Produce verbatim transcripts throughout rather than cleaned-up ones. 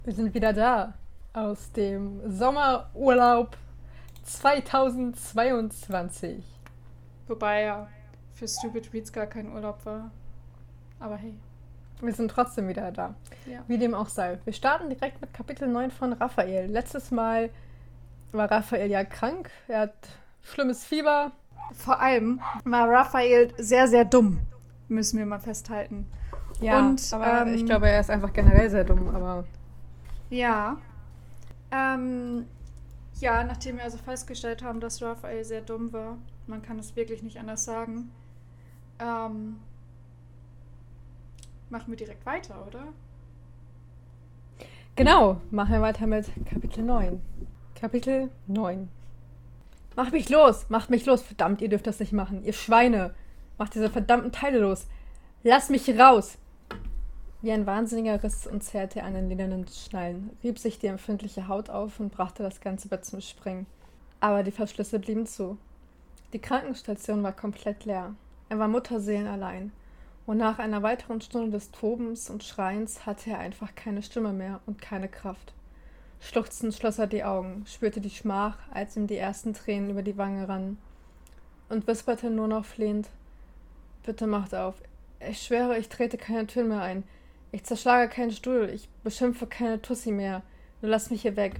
Wir sind wieder da aus dem Sommerurlaub zweitausendzweiundzwanzig. Wobei ja für Stupid Reads gar kein Urlaub war. Aber hey. Wir sind trotzdem wieder da. Ja. Wie dem auch sei. Wir starten direkt mit Kapitel neun von Raphael. Letztes Mal war Raphael ja krank. Er hat schlimmes Fieber. Vor allem war Raphael sehr, sehr dumm. Müssen wir mal festhalten. Ja, Und, aber ähm, ich glaube, er ist einfach generell sehr dumm. Aber Ja. Ähm, ja, nachdem wir also festgestellt haben, dass Raphael sehr dumm war, man kann es wirklich nicht anders sagen, ähm, machen wir direkt weiter, oder? genau, machen wir weiter mit Kapitel neun. Kapitel neun. Macht mich los, macht mich los. Verdammt, ihr dürft das nicht machen. Ihr Schweine. Macht diese verdammten Teile los. Lasst mich raus. Wie ein Wahnsinniger riss und zerrte er an den ledernen Schnallen, rieb sich die empfindliche Haut auf und brachte das ganze Bett zum Springen. Aber die Verschlüsse blieben zu. Die Krankenstation war komplett leer. Er war mutterseelenallein. Und nach einer weiteren Stunde des Tobens und Schreiens hatte er einfach keine Stimme mehr und keine Kraft. Schluchzend schloss er die Augen, spürte die Schmach, als ihm die ersten Tränen über die Wange rannen, und wisperte nur noch flehend: »Bitte macht auf. Ich schwöre, ich trete keine Tür mehr ein. Ich zerschlage keinen Stuhl. Ich beschimpfe keine Tussi mehr. Nur lass mich hier weg.«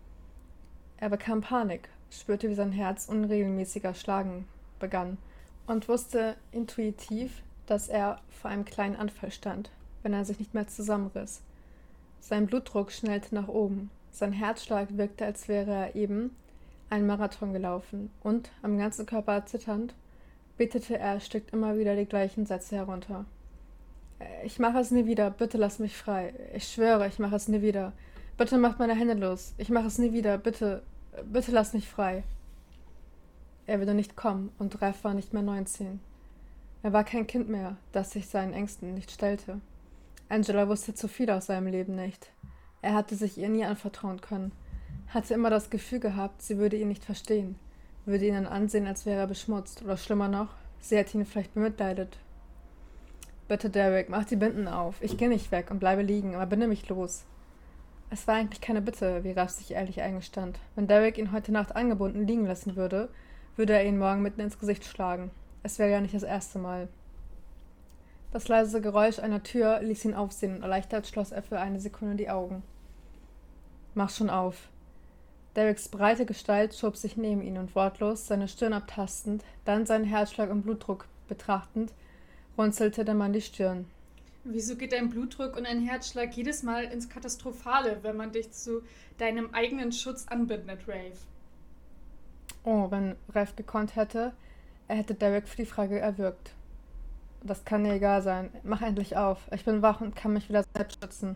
Er bekam Panik, spürte, wie sein Herz unregelmäßiger schlagen begann und wusste intuitiv, dass er vor einem kleinen Anfall stand, wenn er sich nicht mehr zusammenriss. Sein Blutdruck schnellte nach oben. Sein Herzschlag wirkte, als wäre er eben einen Marathon gelaufen, und, am ganzen Körper zitternd, betete er erstickt immer wieder die gleichen Sätze herunter. »Ich mache es nie wieder, bitte lass mich frei. Ich schwöre, ich mache es nie wieder. Bitte macht meine Hände los. Ich mache es nie wieder, bitte, bitte lass mich frei.« Er würde nicht kommen, und Ralph war nicht mehr neunzehn. Er war kein Kind mehr, das sich seinen Ängsten nicht stellte. Angela wusste zu viel aus seinem Leben nicht. Er hatte sich ihr nie anvertrauen können, hatte immer das Gefühl gehabt, sie würde ihn nicht verstehen, würde ihn dann ansehen, als wäre er beschmutzt, oder schlimmer noch, sie hätte ihn vielleicht bemitleidet. »Bitte, Derek, mach die Binden auf. Ich gehe nicht weg und bleibe liegen, aber binde mich los.« Es war eigentlich keine Bitte, wie Ralph sich ehrlich eingestand. Wenn Derek ihn heute Nacht angebunden liegen lassen würde, würde er ihn morgen mitten ins Gesicht schlagen. Es wäre ja nicht das erste Mal. Das leise Geräusch einer Tür ließ ihn aufsehen, und erleichtert schloss er für eine Sekunde die Augen. »Mach schon auf.« Dereks breite Gestalt schob sich neben ihn, und wortlos, seine Stirn abtastend, dann seinen Herzschlag und Blutdruck betrachtend, runzelte der Mann die Stirn. Wieso geht dein Blutdruck und dein Herzschlag jedes Mal ins Katastrophale, wenn man dich zu deinem eigenen Schutz anbindet, Rafe? Oh, wenn Ralph gekonnt hätte, er hätte Derek für die Frage erwürgt. »Das kann dir egal sein. Mach endlich auf. Ich bin wach und kann mich wieder selbst schützen.«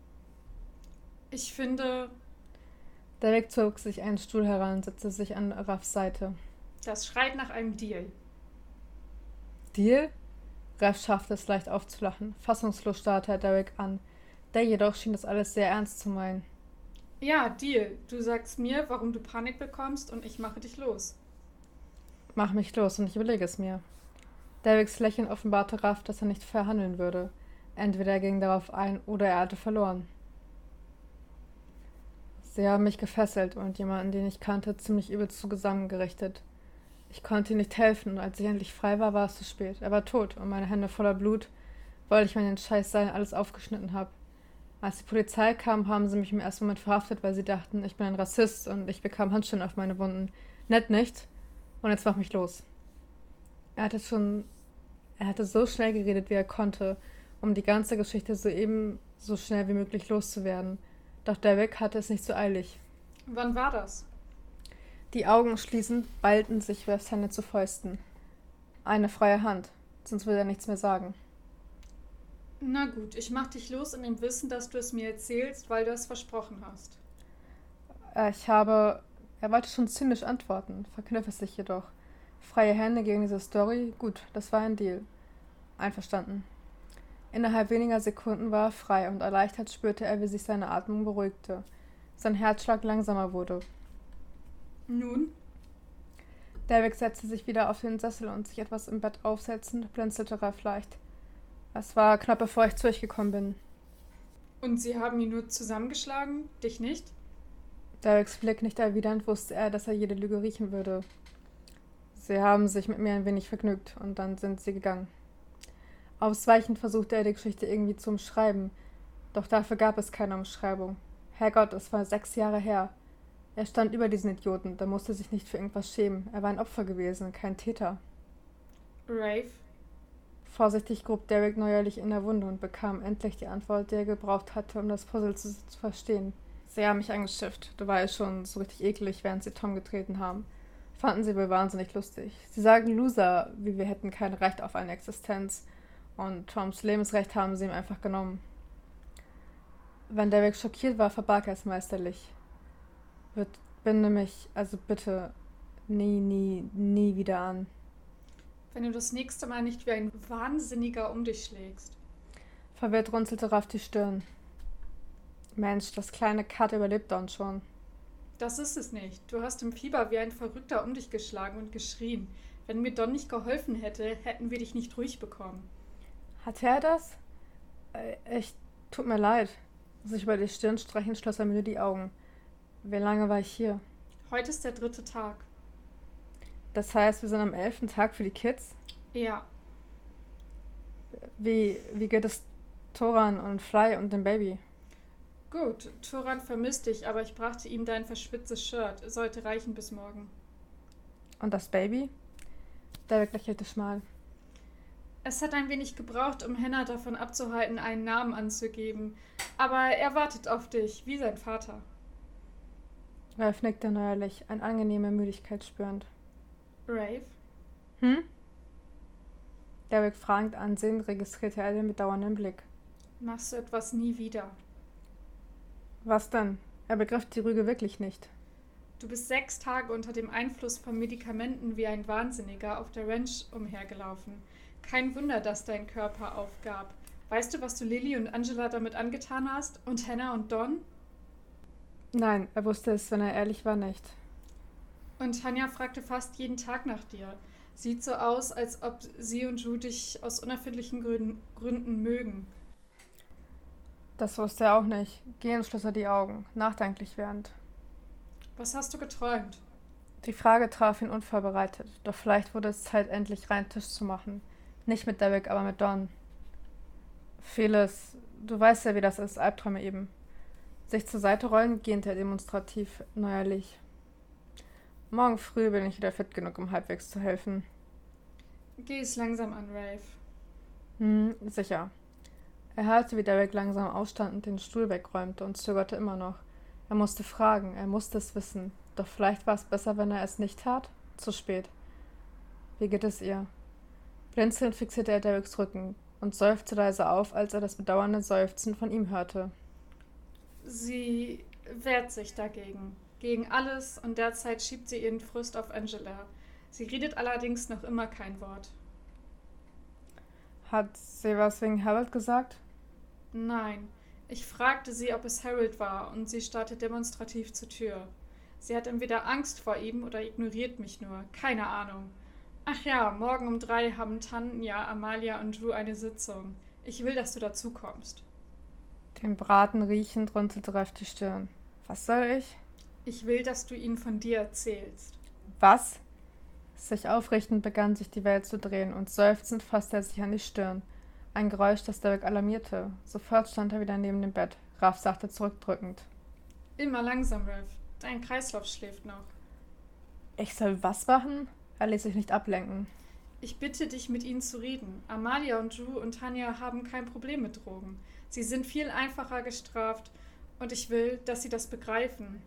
Ich finde, Derek zog sich einen Stuhl heran und setzte sich an Ralphs Seite. das schreit nach einem Deal. »Deal?« Ralph schaffte es leicht aufzulachen. Fassungslos starrte er Derek an. Der jedoch schien das alles sehr ernst zu meinen. Ja, Deal. Du sagst mir, warum du Panik bekommst, und ich mache dich los. »Mach mich los und ich überlege es mir.« Dereks Lächeln offenbarte Ralph, dass er nicht verhandeln würde. Entweder er ging darauf ein, oder er hatte verloren. »Sie haben mich gefesselt und jemanden, den ich kannte, ziemlich übel zusammengerichtet. Ich konnte ihm nicht helfen, und als ich endlich frei war, war es zu spät. Er war tot und meine Hände voller Blut, weil ich mir den scheiß Seil alles aufgeschnitten habe. Als die Polizei kam, haben sie mich im ersten Moment verhaftet, weil sie dachten, ich bin ein Rassist, und ich bekam Handschellen auf meine Wunden. Nett nicht? Und jetzt mach mich los.« Er hatte schon, er hatte so schnell geredet, wie er konnte, um die ganze Geschichte soeben so schnell wie möglich loszuwerden. Doch Derek hatte es nicht so eilig. Wann war das? Die Augen schließend ballten sich Ralphs Hände zu Fäusten. Eine freie Hand, sonst würde er nichts mehr sagen. Na gut, ich mach dich los in dem Wissen, dass du es mir erzählst, weil du es versprochen hast. Äh, Ich habe, er wollte schon zynisch antworten, verkniff es sich jedoch. Freie Hände gegen diese Story, gut, das war ein Deal. Einverstanden. Innerhalb weniger Sekunden war er frei, und erleichtert spürte er, wie sich seine Atmung beruhigte. Sein Herzschlag langsamer wurde. Nun? Derek setzte sich wieder auf den Sessel und sich etwas im Bett aufsetzend, blinzelte Ralph leicht. »Es war knapp, bevor ich zu euch gekommen bin.« Und sie haben ihn nur zusammengeschlagen, dich nicht? Dereks Blick nicht erwidernd, wusste er, dass er jede Lüge riechen würde. Sie haben sich mit mir ein wenig vergnügt und dann sind sie gegangen. Ausweichend versuchte er, die Geschichte irgendwie zu umschreiben, doch dafür gab es keine Umschreibung. Herrgott, es war sechs Jahre her. Er stand über diesen Idioten, der musste sich nicht für irgendwas schämen. Er war ein Opfer gewesen, kein Täter. Rafe? Vorsichtig grub Derek neuerlich in der Wunde und bekam endlich die Antwort, die er gebraucht hatte, um das Puzzle zu, zu verstehen. Sie haben mich angeschifft. Du warst schon so richtig eklig, während sie Tom getreten haben. Fanden sie wohl wahnsinnig lustig. Sie sagen Loser, wie wir hätten kein Recht auf eine Existenz. Und Toms Lebensrecht haben sie ihm einfach genommen. Wenn Derek schockiert war, verbarg er es meisterlich. Wird, binde mich, also bitte, nie, nie, nie wieder an. Wenn du das nächste Mal nicht wie ein Wahnsinniger um dich schlägst. Verwirrt runzelte Raff die Stirn. Mensch, das kleine Cut überlebt Don schon. Das ist es nicht. Du hast im Fieber wie ein Verrückter um dich geschlagen und geschrien. Wenn mir Don nicht geholfen hätte, hätten wir dich nicht ruhig bekommen. Hatte er das? Äh, echt, tut mir leid. Sich über die Stirn streichend schloss er müde die Augen. Wie lange war ich hier? Heute ist der dritte Tag. Das heißt, wir sind am elften Tag für die Kids? Ja. Wie, wie geht es Toran und Fly und dem Baby? Gut, Toran vermisst dich, aber ich brachte ihm dein verschwitztes Shirt. Sollte reichen bis morgen. Und das Baby? Derek lächelte schmal. Es hat ein wenig gebraucht, um Hannah davon abzuhalten, einen Namen anzugeben. Aber er wartet auf dich, wie sein Vater. Ralph nickte neuerlich, eine angenehme Müdigkeit spürend. Rafe? Hm? Derek fragend ansehend, registrierte er den bedauernden Blick. Machst du etwas nie wieder? Was denn? Er begriff die Rüge wirklich nicht. Du bist sechs Tage unter dem Einfluss von Medikamenten wie ein Wahnsinniger auf der Ranch umhergelaufen. Kein Wunder, dass dein Körper aufgab. Weißt du, was du Lily und Angela damit angetan hast? Und Hannah und Don? Nein, er wusste es, wenn er ehrlich war, nicht. Und Tanja fragte fast jeden Tag nach dir. Sieht so aus, als ob sie und Ju dich aus unerfindlichen Gründen, Gründen mögen. Das wusste er auch nicht. Gehend schloss er die Augen, nachdenklich werdend. Was hast du geträumt? Die Frage traf ihn unvorbereitet, doch vielleicht wurde es Zeit, endlich reinen Tisch zu machen. Nicht mit Derek, aber mit Don. Vieles, du weißt ja, wie das ist, Albträume eben. Sich zur Seite rollen, gähnte er demonstrativ neuerlich. Morgen früh bin ich wieder fit genug, um halbwegs zu helfen. Geh es langsam an, Rafe. Hm, sicher. Er hörte, wie Derek langsam aufstand und den Stuhl wegräumte und zögerte immer noch. Er musste fragen, er musste es wissen. Doch vielleicht war es besser, wenn er es nicht tat? Zu spät. Wie geht es ihr? Blinzelnd fixierte er Dereks Rücken und seufzte leise auf, als er das bedauernde Seufzen von ihm hörte. Sie wehrt sich dagegen. Gegen alles und derzeit schiebt sie ihren Frust auf Angela. Sie redet allerdings noch immer kein Wort. Hat sie was wegen Harold gesagt? Nein. Ich fragte sie, ob es Harold war, und sie starrte demonstrativ zur Tür. Sie hat entweder Angst vor ihm oder ignoriert mich nur. Keine Ahnung. Ach ja, morgen um drei haben Tanja, Amalia und Drew eine Sitzung. Ich will, dass du dazu kommst. Den Braten riechend runzelte Ralph die Stirn. Was soll ich? Ich will, dass du ihnen von dir erzählst. Was? Sich aufrichtend begann sich die Welt zu drehen und seufzend fasste er sich an die Stirn. Ein Geräusch, das Derek alarmierte. Sofort stand er wieder neben dem Bett. Ralph sachte zurückdrückend. Immer langsam, Ralph. Dein Kreislauf schläft noch. Ich soll was machen? Er ließ sich nicht ablenken. Ich bitte dich, mit ihnen zu reden. Amalia und Drew und Tanja haben kein Problem mit Drogen. Sie sind viel einfacher gestraft und ich will, dass sie das begreifen.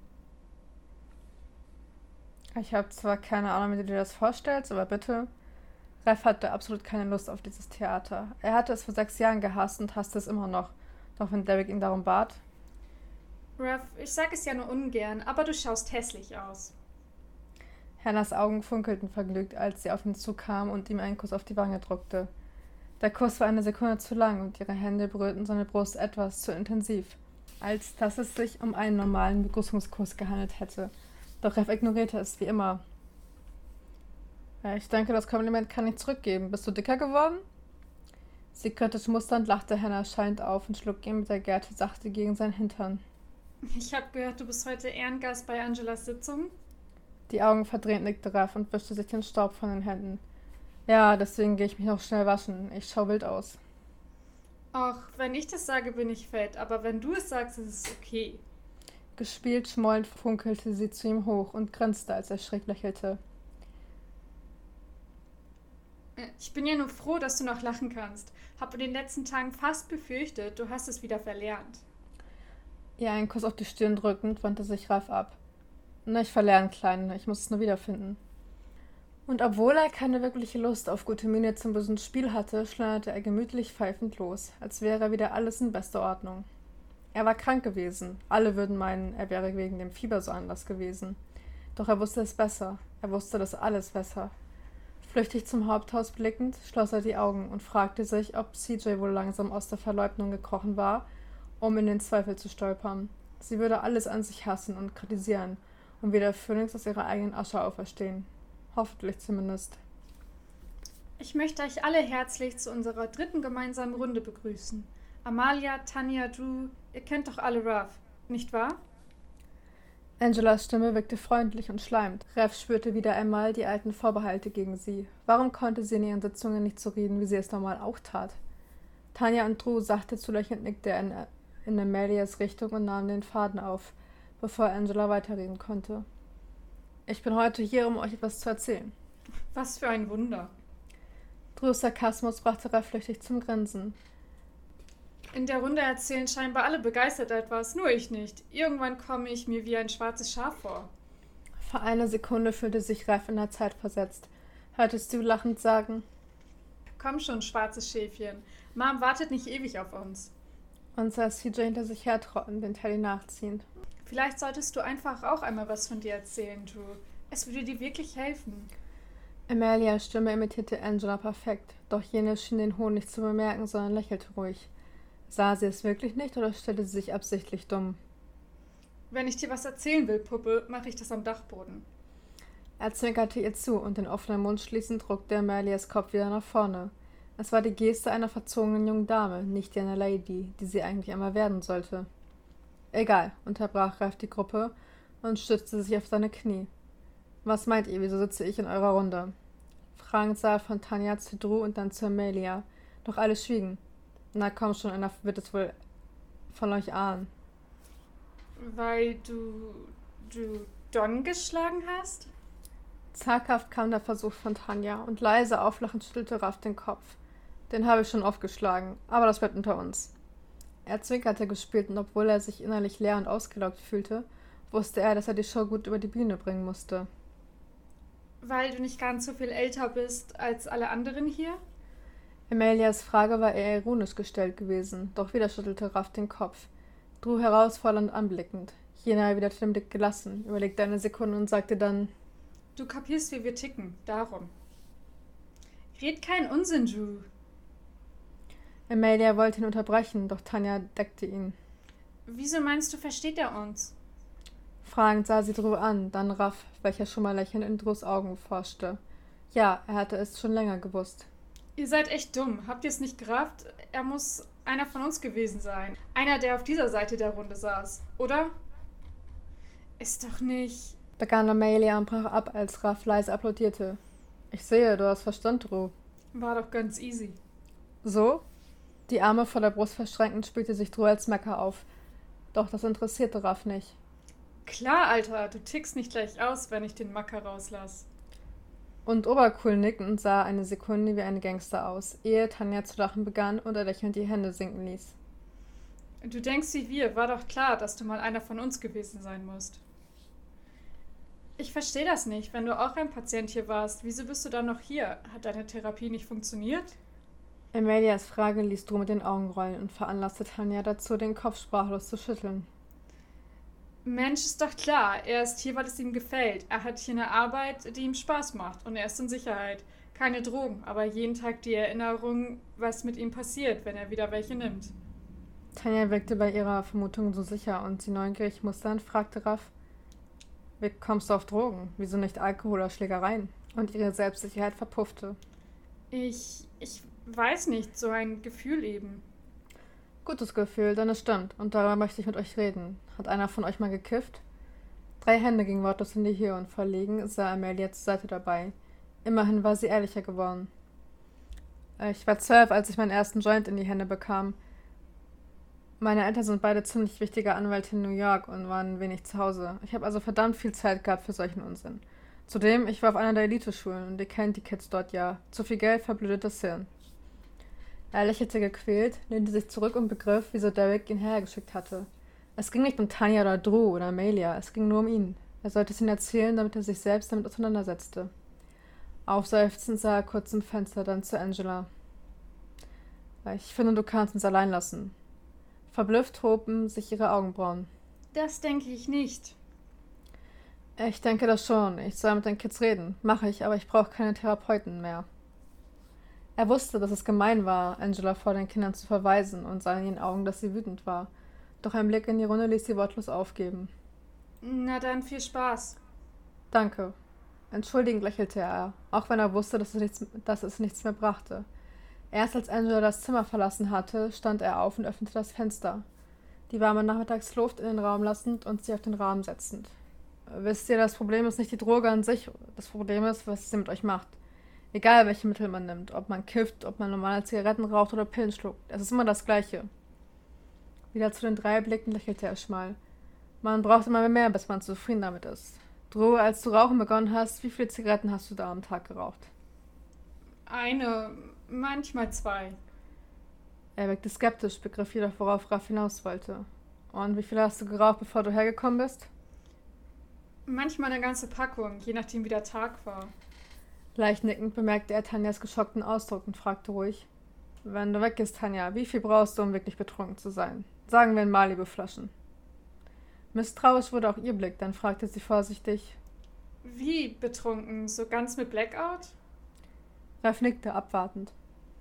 Ich habe zwar keine Ahnung, wie du dir das vorstellst, aber bitte. Ralph hatte absolut keine Lust auf dieses Theater. Er hatte es vor sechs Jahren gehasst und hasste es immer noch. Doch wenn Derek ihn darum bat. Ralph, ich sag es ja nur ungern, aber du schaust hässlich aus. Hannahs Augen funkelten vergnügt, als sie auf ihn zukam und ihm einen Kuss auf die Wange drückte. Der Kuss war eine Sekunde zu lang und ihre Hände berührten seine Brust etwas zu intensiv, als dass es sich um einen normalen Begrüßungskuss gehandelt hätte. Doch Ralph ignorierte es wie immer. Ja, ich denke, das Kompliment kann ich zurückgeben. Bist du dicker geworden? Sie kritisch musternd lachte Hannah schallend auf und schlug ihn mit der Gerte sachte gegen seinen Hintern. Ich habe gehört, du bist heute Ehrengast bei Angelas Sitzung. Die Augen verdreht nickte Raph und wischte sich den Staub von den Händen. Ja, deswegen gehe ich mich noch schnell waschen. Ich schau wild aus. Och, wenn ich das sage, bin ich fett, aber wenn du es sagst, ist es okay. Gespielt schmollend funkelte sie zu ihm hoch und grinste, als er schräg lächelte. Ich bin ja nur froh, dass du noch lachen kannst. Hab in den letzten Tagen fast befürchtet, du hast es wieder verlernt. Ihr einen Kuss auf die Stirn drückend, wandte sich Ralf ab. Na, ich verlerne, Kleine, ich muss es nur wiederfinden. Und obwohl er keine wirkliche Lust auf gute Miene zum bösen Spiel hatte, schlenderte er gemütlich pfeifend los, als wäre wieder alles in bester Ordnung. Er war krank gewesen. Alle würden meinen, er wäre wegen dem Fieber so anders gewesen. Doch er wusste es besser. Er wusste das alles besser. Flüchtig zum Haupthaus blickend, schloss er die Augen und fragte sich, ob C J wohl langsam aus der Verleugnung gekrochen war, um in den Zweifel zu stolpern. Sie würde alles an sich hassen und kritisieren und wie der Phönix aus ihrer eigenen Asche auferstehen. Hoffentlich zumindest. Ich möchte euch alle herzlich zu unserer dritten gemeinsamen Runde begrüßen. Amalia, Tanja, Drew, ihr kennt doch alle Raph, nicht wahr? Angelas Stimme wirkte freundlich und schleimt. Raph spürte wieder einmal die alten Vorbehalte gegen sie. Warum konnte sie in ihren Sitzungen nicht so reden, wie sie es normal auch tat? Tanja und Drew sachte zulächelnd nickte er in, in Amalias Richtung und nahm den Faden auf, bevor Angela weiterreden konnte. Ich bin heute hier, um euch etwas zu erzählen. Was für ein Wunder. Drews Sarkasmus brachte Raph flüchtig zum Grinsen. In der Runde erzählen scheinbar alle begeistert etwas, nur ich nicht. Irgendwann komme ich mir wie ein schwarzes Schaf vor. Für eine Sekunde fühlte sich Raph in der Zeit versetzt. Hörtest du lachend sagen: Komm schon, schwarzes Schäfchen. Mom wartet nicht ewig auf uns. Und sah C J hinter sich hertrotten, den Teddy nachziehend. Vielleicht solltest du einfach auch einmal was von dir erzählen, Drew. Es würde dir wirklich helfen. Amalias Stimme imitierte Angela perfekt, doch jene schien den Hohn nicht zu bemerken, sondern lächelte ruhig. Sah sie es wirklich nicht oder stellte sie sich absichtlich dumm? Wenn ich dir was erzählen will, Puppe, mache ich das am Dachboden. Er zwinkerte ihr zu und den offenen Mund schließend druckte Amalias Kopf wieder nach vorne. Es war die Geste einer verzogenen jungen Dame, nicht die einer Lady, die sie eigentlich einmal werden sollte. Egal, unterbrach Ralf die Gruppe und stützte sich auf seine Knie. Was meint ihr, wieso sitze ich in eurer Runde? Fragend sah er von Tanja zu Drew und dann zu Amalia, doch alle schwiegen. Na komm schon, einer wird es wohl von euch ahnen. Weil du... du Don geschlagen hast? Zaghaft kam der Versuch von Tanja und leise auflachend schüttelte Ralf den Kopf. Den habe ich schon oft geschlagen, aber das bleibt unter uns. Er zwinkerte gespielt und obwohl er sich innerlich leer und ausgelaugt fühlte, wusste er, dass er die Show gut über die Bühne bringen musste. Weil du nicht ganz so viel älter bist als alle anderen hier? Amalias Frage war eher ironisch gestellt gewesen, doch wieder schüttelte Ralf den Kopf. Drew herausfordernd anblickend. Jener erwiderte den Blick gelassen, überlegte eine Sekunde und sagte dann: Du kapierst, wie wir ticken, darum. Red keinen Unsinn, Drew. Amalia wollte ihn unterbrechen, doch Tanja deckte ihn. Wieso meinst du, versteht er uns? Fragend sah sie Drew an, dann Ralf, welcher schon mal lächelnd in Drews Augen forschte. Ja, er hatte es schon länger gewusst. Ihr seid echt dumm. Habt ihr es nicht gerafft? Er muss einer von uns gewesen sein. Einer, der auf dieser Seite der Runde saß, oder? Ist doch nicht... Begann Amalia und brach ab, als Ralf leise applaudierte. Ich sehe, du hast Verstand, Drew. War doch ganz easy. So? Die Arme vor der Brust verschränkend spielte sich Drew als Mecker auf. Doch das interessierte Ralf nicht. Klar, Alter, du tickst nicht gleich aus, wenn ich den Macker rauslass. Und obercool nickend sah eine Sekunde wie ein Gangster aus, ehe Tanja zu lachen begann und er lächelnd die Hände sinken ließ. Du denkst wie wir, war doch klar, dass du mal einer von uns gewesen sein musst. Ich verstehe das nicht, wenn du auch ein Patient hier warst, wieso bist du dann noch hier? Hat deine Therapie nicht funktioniert? Amalias Frage ließ Drew mit den Augen rollen und veranlasste Tanja dazu, den Kopf sprachlos zu schütteln. Mensch, ist doch klar, er ist hier, weil es ihm gefällt. Er hat hier eine Arbeit, die ihm Spaß macht und er ist in Sicherheit. Keine Drogen, aber jeden Tag die Erinnerung, was mit ihm passiert, wenn er wieder welche nimmt. Tanja wirkte bei ihrer Vermutung so sicher und sie neugierig musternd fragte Ralf: Wie kommst du auf Drogen? Wieso nicht Alkohol oder Schlägereien? Und ihre Selbstsicherheit verpuffte. Ich, ich weiß nicht, so ein Gefühl eben. Gutes Gefühl, denn es stimmt. Und darüber möchte ich mit euch reden. Hat einer von euch mal gekifft? Drei Hände gingen wortlos in die Höhe und verlegen sah Amelia zur Seite dabei. Immerhin war sie ehrlicher geworden. Ich war zwölf, als ich meinen ersten Joint in die Hände bekam. Meine Eltern sind beide ziemlich wichtige Anwälte in New York und waren wenig zu Hause. Ich habe also verdammt viel Zeit gehabt für solchen Unsinn. Zudem, ich war auf einer der Eliteschulen und ihr kennt die Kids dort ja. Zu viel Geld, verblödetes Hirn. Er lächelte gequält, lehnte sich zurück und begriff, wieso Derek ihn hergeschickt hatte. Es ging nicht um Tanya oder Drew oder Amelia, es ging nur um ihn. Er sollte es ihnen erzählen, damit er sich selbst damit auseinandersetzte. Aufseufzend sah er kurz im Fenster, dann zu Angela. Ich finde, du kannst uns allein lassen. Verblüfft hoben sich ihre Augenbrauen. Das denke ich nicht. Ich denke das schon. Ich soll mit den Kids reden. Mache ich, aber ich brauche keine Therapeuten mehr. Er wusste, dass es gemein war, Angela vor den Kindern zu verweisen und sah in ihren Augen, dass sie wütend war. Doch ein Blick in die Runde ließ sie wortlos aufgeben. Na dann, viel Spaß. Danke. Entschuldigend lächelte er, auch wenn er wusste, dass es nichts, dass es nichts mehr brachte. Erst als Angela das Zimmer verlassen hatte, stand er auf und öffnete das Fenster, die warme Nachmittagsluft in den Raum lassend und sie auf den Rahmen setzend. Wisst ihr, das Problem ist nicht die Droge an sich, das Problem ist, was sie mit euch macht. Egal, welche Mittel man nimmt, ob man kifft, ob man normale Zigaretten raucht oder Pillen schluckt, es ist immer das Gleiche. Wieder zu den drei Blicken lächelte er schmal. Man braucht immer mehr, bis man zufrieden damit ist. Drew, als du rauchen begonnen hast, wie viele Zigaretten hast du da am Tag geraucht? Eine, manchmal zwei. Er wirkte skeptisch, begriff jedoch, worauf Raff hinaus wollte. Und wie viele hast du geraucht, bevor du hergekommen bist? Manchmal eine ganze Packung, je nachdem wie der Tag war. Leicht nickend bemerkte er Tanjas geschockten Ausdruck und fragte ruhig. Wenn du weggehst, Tanja, wie viel brauchst du, um wirklich betrunken zu sein? Sagen wir in Malibu-Flaschen. Misstrauisch wurde auch ihr Blick, dann fragte sie vorsichtig. Wie betrunken? So ganz mit Blackout? Ralf nickte abwartend.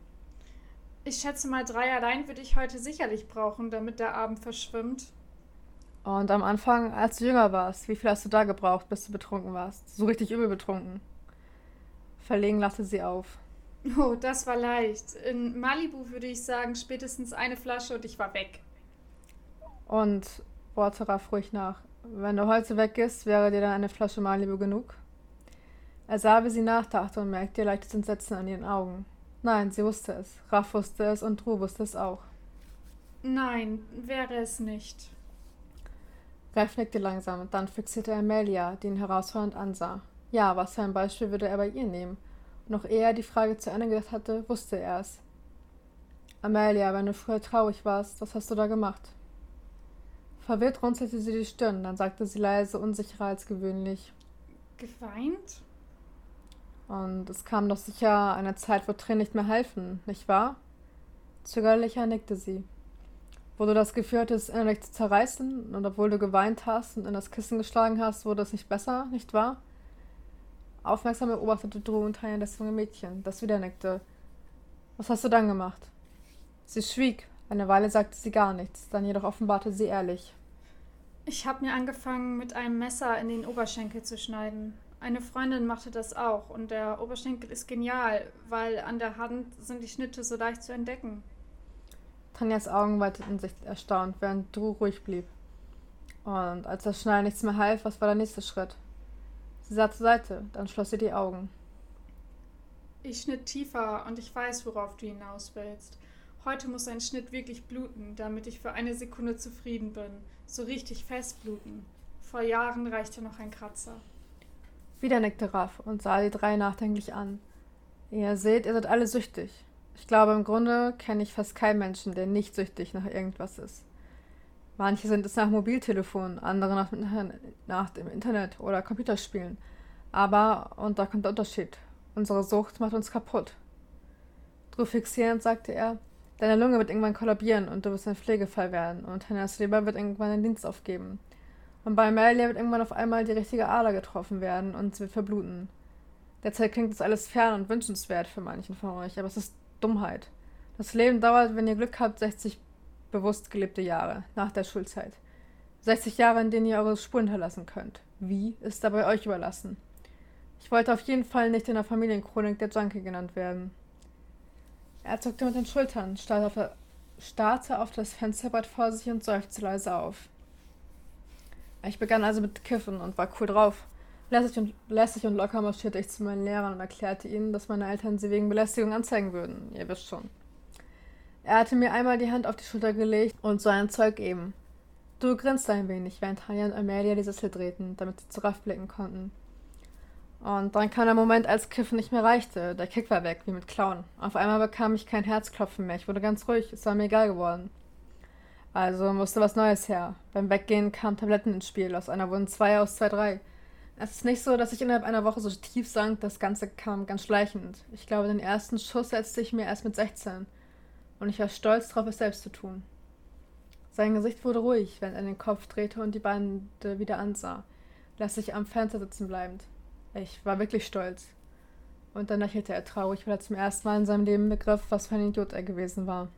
Ich schätze mal, drei allein würde ich heute sicherlich brauchen, damit der Abend verschwimmt. Und am Anfang, als du jünger warst, wie viel hast du da gebraucht, bis du betrunken warst? So richtig übel betrunken. Verlegen lachte sie auf. Oh, das war leicht. In Malibu würde ich sagen, spätestens eine Flasche und ich war weg. Und, bohrte Raff ruhig nach, wenn du heute weggehst, wäre dir dann eine Flasche Malibu genug? Er sah, wie sie nachdachte und merkte ihr leichtes Entsetzen an ihren Augen. Nein, sie wusste es. Raff wusste es und Drew wusste es auch. Nein, wäre es nicht. Ralf nickte langsam, dann fixierte er Amelia, die ihn herausfordernd ansah. Ja, was für ein Beispiel würde er bei ihr nehmen? Und noch ehe er die Frage zu Ende gedacht hatte, wusste er es. Amelia, wenn du früher traurig warst, was hast du da gemacht? Verwirrt runzelte sie die Stirn, dann sagte sie leise, unsicherer als gewöhnlich. Geweint? Und es kam doch sicher eine Zeit, wo Tränen nicht mehr halfen, nicht wahr? Zögerlicher nickte sie. Wo du das Gefühl hattest, innerlich zu zerreißen, und obwohl du geweint hast und in das Kissen geschlagen hast, wurde es nicht besser, nicht wahr? Aufmerksam beobachtete Drew und Tanja das junge Mädchen, das wieder nickte. Was hast du dann gemacht? Sie schwieg. Eine Weile sagte sie gar nichts, dann jedoch offenbarte sie ehrlich. Ich habe mir angefangen, mit einem Messer in den Oberschenkel zu schneiden. Eine Freundin machte das auch und der Oberschenkel ist genial, weil an der Hand sind die Schnitte so leicht zu entdecken. Tanjas Augen weiteten sich erstaunt, während Drew ruhig blieb. Und als das Schneiden nichts mehr half, was war der nächste Schritt? Sie sah zur Seite, dann schloss sie die Augen. Ich schnitt tiefer und ich weiß, worauf du hinaus willst. Heute muss ein Schnitt wirklich bluten, damit ich für eine Sekunde zufrieden bin. So richtig fest bluten. Vor Jahren reichte noch ein Kratzer. Wieder nickte Raff und sah die drei nachdenklich an. Ihr seht, ihr seid alle süchtig. Ich glaube, im Grunde kenne ich fast keinen Menschen, der nicht süchtig nach irgendwas ist. Manche sind es nach Mobiltelefon, andere nach, nach dem Internet oder Computerspielen. Aber, und da kommt der Unterschied, unsere Sucht macht uns kaputt. Drew fixierend sagte er, deine Lunge wird irgendwann kollabieren und du wirst ein Pflegefall werden und Tanjas Leber wird irgendwann den Dienst aufgeben. Und bei Amelia wird irgendwann auf einmal die richtige Ader getroffen werden und sie wird verbluten. Derzeit klingt das alles fern und wünschenswert für manchen von euch, aber es ist Dummheit. Das Leben dauert, wenn ihr Glück habt, sechzig bewusst gelebte Jahre nach der Schulzeit. sechzig Jahre, in denen ihr eure Spuren hinterlassen könnt. Wie, ist dabei euch überlassen. Ich wollte auf jeden Fall nicht in der Familienchronik der Junkie genannt werden. Er zuckte mit den Schultern, starrte auf, der, starrte auf das Fensterbrett vor sich und seufzte leise auf. Ich begann also mit Kiffen und war cool drauf. Lässig und, lässig und locker marschierte ich zu meinen Lehrern und erklärte ihnen, dass meine Eltern sie wegen Belästigung anzeigen würden. Ihr wisst schon. Er hatte mir einmal die Hand auf die Schulter gelegt und so ein Zeug eben. Du grinste ein wenig, während Tanja und Amelia die Sessel drehten, damit sie zu Raff blicken konnten. Und dann kam der Moment, als Kiffen nicht mehr reichte. Der Kick war weg, wie mit Klauen. Auf einmal bekam ich kein Herzklopfen mehr. Ich wurde ganz ruhig. Es war mir egal geworden. Also musste was Neues her. Beim Weggehen kamen Tabletten ins Spiel. Aus einer wurden zwei, aus zwei drei. Es ist nicht so, dass ich innerhalb einer Woche so tief sank. Das Ganze kam ganz schleichend. Ich glaube, den ersten Schuss setzte ich mir erst mit sechzehn. Und ich war stolz darauf, es selbst zu tun. Sein Gesicht wurde ruhig, während er den Kopf drehte und die Bande wieder ansah. Lässig am Fenster sitzen bleibend. Ich war wirklich stolz. Und dann lächelte er traurig, weil er zum ersten Mal in seinem Leben begriff, was für ein Idiot er gewesen war.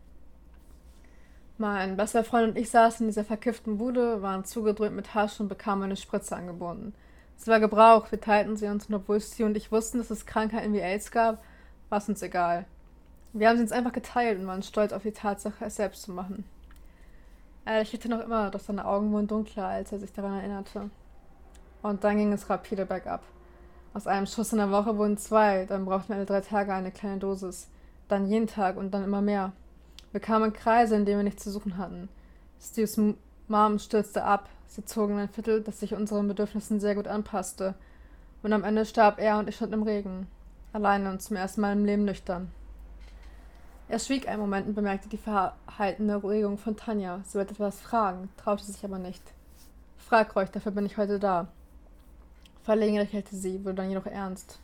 Mein bester Freund und ich saßen in dieser verkifften Bude, waren zugedröhnt mit Hasch und bekamen eine Spritze angeboten. Sie war gebraucht, wir teilten sie uns, und obwohl Stu und ich wussten, dass es Krankheiten wie AIDS gab, war es uns egal. Wir haben sie uns einfach geteilt und waren stolz auf die Tatsache, es selbst zu machen. Er lächelte noch immer, doch seine Augen wurden dunkler, als er sich daran erinnerte. Und dann ging es rapide bergab. Aus einem Schuss in der Woche wurden zwei, dann brauchten wir alle drei Tage eine kleine Dosis. Dann jeden Tag und dann immer mehr. Wir kamen in Kreise, in denen wir nichts zu suchen hatten. Steves Mom stürzte ab. Sie zogen ein Viertel, das sich unseren Bedürfnissen sehr gut anpasste. Und am Ende starb er und ich stand im Regen. Alleine und zum ersten Mal im Leben nüchtern. Er schwieg einen Moment und bemerkte die verhaltene Regung von Tanja. Sie wollte etwas fragen, traute sich aber nicht. Frag ruhig, dafür bin ich heute da. Verlegen lächelte sie, wurde dann jedoch ernst.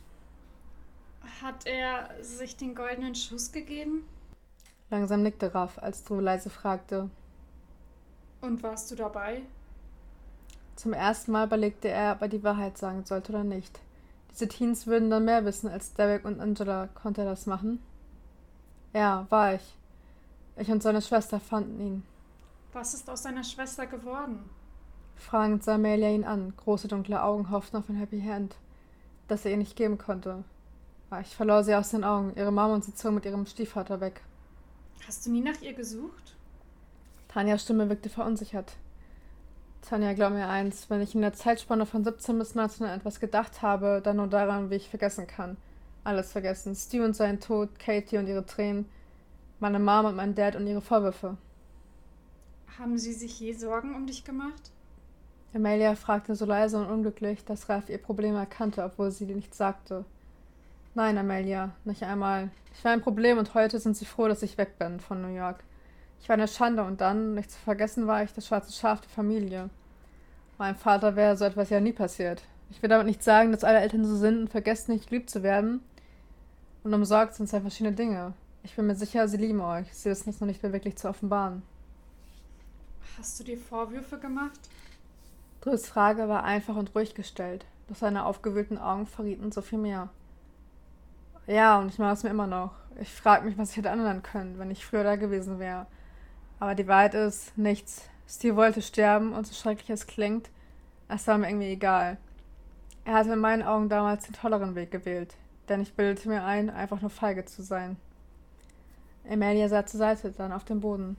Hat er sich den goldenen Schuss gegeben? Langsam nickte Raff, als Drew leise fragte. Und warst du dabei? Zum ersten Mal überlegte er, ob er die Wahrheit sagen sollte oder nicht. Diese Teens würden dann mehr wissen als Derek und Angela. Konnte er das machen? Ja, war ich. Ich und seine Schwester fanden ihn. Was ist aus seiner Schwester geworden? Fragend sah Amelia ihn an. Große dunkle Augen hofften auf ein Happy Hand, das er ihr nicht geben konnte. Ich verlor sie aus den Augen. Ihre Mama und sie zogen mit ihrem Stiefvater weg. Hast du nie nach ihr gesucht? Tanjas Stimme wirkte verunsichert. Tanja, glaub mir eins, wenn ich in der Zeitspanne von siebzehn bis neunzehn an etwas gedacht habe, dann nur daran, wie ich vergessen kann. Alles vergessen. Stu und sein Tod, Katie und ihre Tränen, meine Mama und mein Dad und ihre Vorwürfe. Haben sie sich je Sorgen um dich gemacht? Amelia fragte so leise und unglücklich, dass Ralph ihr Problem erkannte, obwohl sie nichts sagte. Nein, Amelia, nicht einmal. Ich war ein Problem und heute sind sie froh, dass ich weg bin von New York. Ich war eine Schande und dann, nicht zu vergessen, war ich das schwarze Schaf der Familie. Meinem Vater wäre so etwas ja nie passiert. Ich will damit nicht sagen, dass alle Eltern so sind und vergessen nicht geliebt zu werden. Und umsorgt sind zwei verschiedene Dinge. Ich bin mir sicher, sie lieben euch. Sie wissen es noch nicht mehr wirklich zu offenbaren. Hast du dir Vorwürfe gemacht? Drews Frage war einfach und ruhig gestellt, doch seine aufgewühlten Augen verrieten so viel mehr. Ja, und ich mache es mir immer noch. Ich frage mich, was ich hätte ändern können, wenn ich früher da gewesen wäre. Aber die Wahrheit ist, nichts. Steve wollte sterben und so schrecklich es klingt, es war mir irgendwie egal. Er hatte in meinen Augen damals den tolleren Weg gewählt, denn ich bildete mir ein, einfach nur feige zu sein. Amelia sah zur Seite, dann auf den Boden.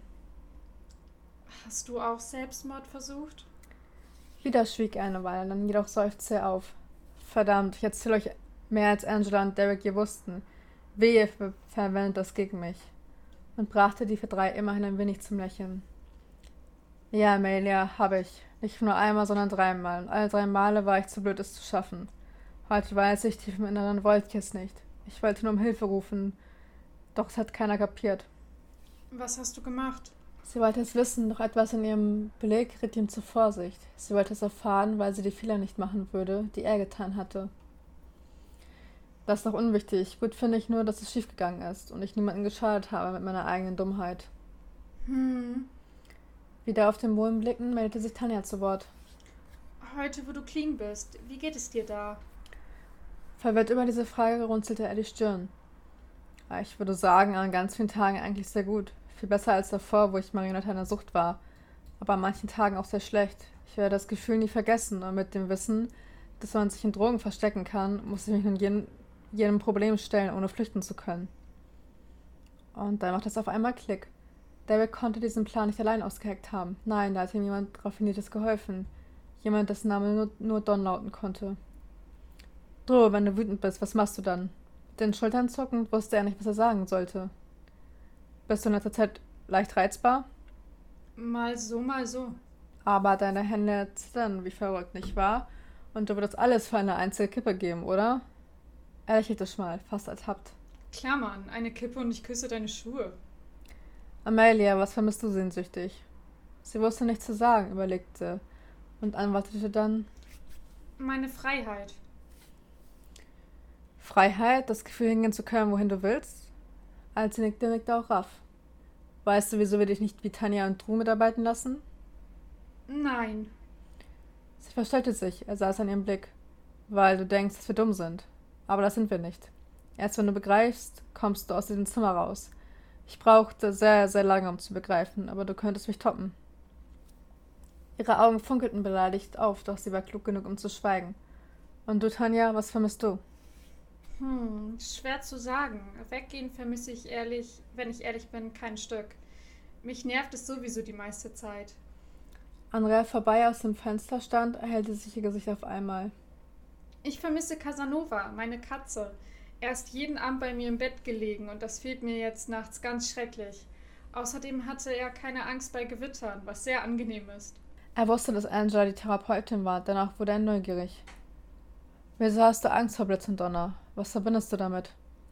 Hast du auch Selbstmord versucht? Wieder schwieg er eine Weile, dann jedoch seufzte er auf. Verdammt, ich erzähle euch mehr als Angela und Derek je wussten. Wehe, verwendet das gegen mich. Und brachte die für drei immerhin ein wenig zum Lächeln. Ja, Amelia, habe ich. Nicht nur einmal, sondern dreimal. Und alle drei Male war ich zu blöd, es zu schaffen. Heute weiß ich, tief im Inneren wollte ich es nicht. Ich wollte nur um Hilfe rufen. Doch es hat keiner kapiert. Was hast du gemacht? Sie wollte es wissen, doch etwas in ihrem Beleg riet ihm zur Vorsicht. Sie wollte es erfahren, weil sie die Fehler nicht machen würde, die er getan hatte. Das ist noch unwichtig. Gut finde ich nur, dass es schiefgegangen ist und ich niemanden geschadet habe mit meiner eigenen Dummheit. Hm. Wieder auf den Boden blickend, meldete sich Tanja zu Wort. Heute, wo du clean bist, wie geht es dir da? Verwirrt über diese Frage runzelte er die Stirn. Ich würde sagen, an ganz vielen Tagen eigentlich sehr gut. Viel besser als davor, wo ich Marionette einer Sucht war. Aber an manchen Tagen auch sehr schlecht. Ich werde das Gefühl nie vergessen und mit dem Wissen, dass man sich in Drogen verstecken kann, muss ich mich nun jedem, jedem Problem stellen, ohne flüchten zu können. Und dann macht es auf einmal Klick. David konnte diesen Plan nicht allein ausgeheckt haben. Nein, da hat ihm jemand Raffiniertes geholfen. Jemand, dessen Name nur, nur Don lauten konnte. Drew, wenn du wütend bist, was machst du dann? Mit den Schultern zuckend wusste er nicht, was er sagen sollte. Bist du in letzter Zeit leicht reizbar? Mal so, mal so. Aber deine Hände zittern wie verrückt, nicht wahr? Und du würdest alles für eine einzige Kippe geben, oder? Er lächelte schmal, fast ertappt. Klar, Mann, eine Kippe und ich küsse deine Schuhe. Amelia, was vermisst du sehnsüchtig? Sie wusste nichts zu sagen, überlegte und antwortete dann: Meine Freiheit. Freiheit, das Gefühl, hingehen zu können, wohin du willst? Als sie nickte, nickte auch Raff. Weißt du, wieso wir dich nicht wie Tanja und Drew mitarbeiten lassen? Nein. Sie verstellte sich, er saß an ihrem Blick. Weil du denkst, dass wir dumm sind. Aber das sind wir nicht. Erst wenn du begreifst, kommst du aus diesem Zimmer raus. Ich brauchte sehr, sehr lange, um zu begreifen, aber du könntest mich toppen. Ihre Augen funkelten beleidigt auf, doch sie war klug genug, um zu schweigen. Und du, Tanja, was vermisst du? Hm, schwer zu sagen. Weggehen vermisse ich ehrlich, wenn ich ehrlich bin, kein Stück. Mich nervt es sowieso die meiste Zeit. Andrea vorbei aus dem Fenster stand, erhellte sich ihr Gesicht auf einmal. Ich vermisse Casanova, meine Katze. Er ist jeden Abend bei mir im Bett gelegen und das fehlt mir jetzt nachts ganz schrecklich. Außerdem hatte er keine Angst bei Gewittern, was sehr angenehm ist. Er wusste, dass Angela die Therapeutin war, danach wurde er neugierig. Wieso hast du Angst vor Blitz und Donner? Was verbindest du damit?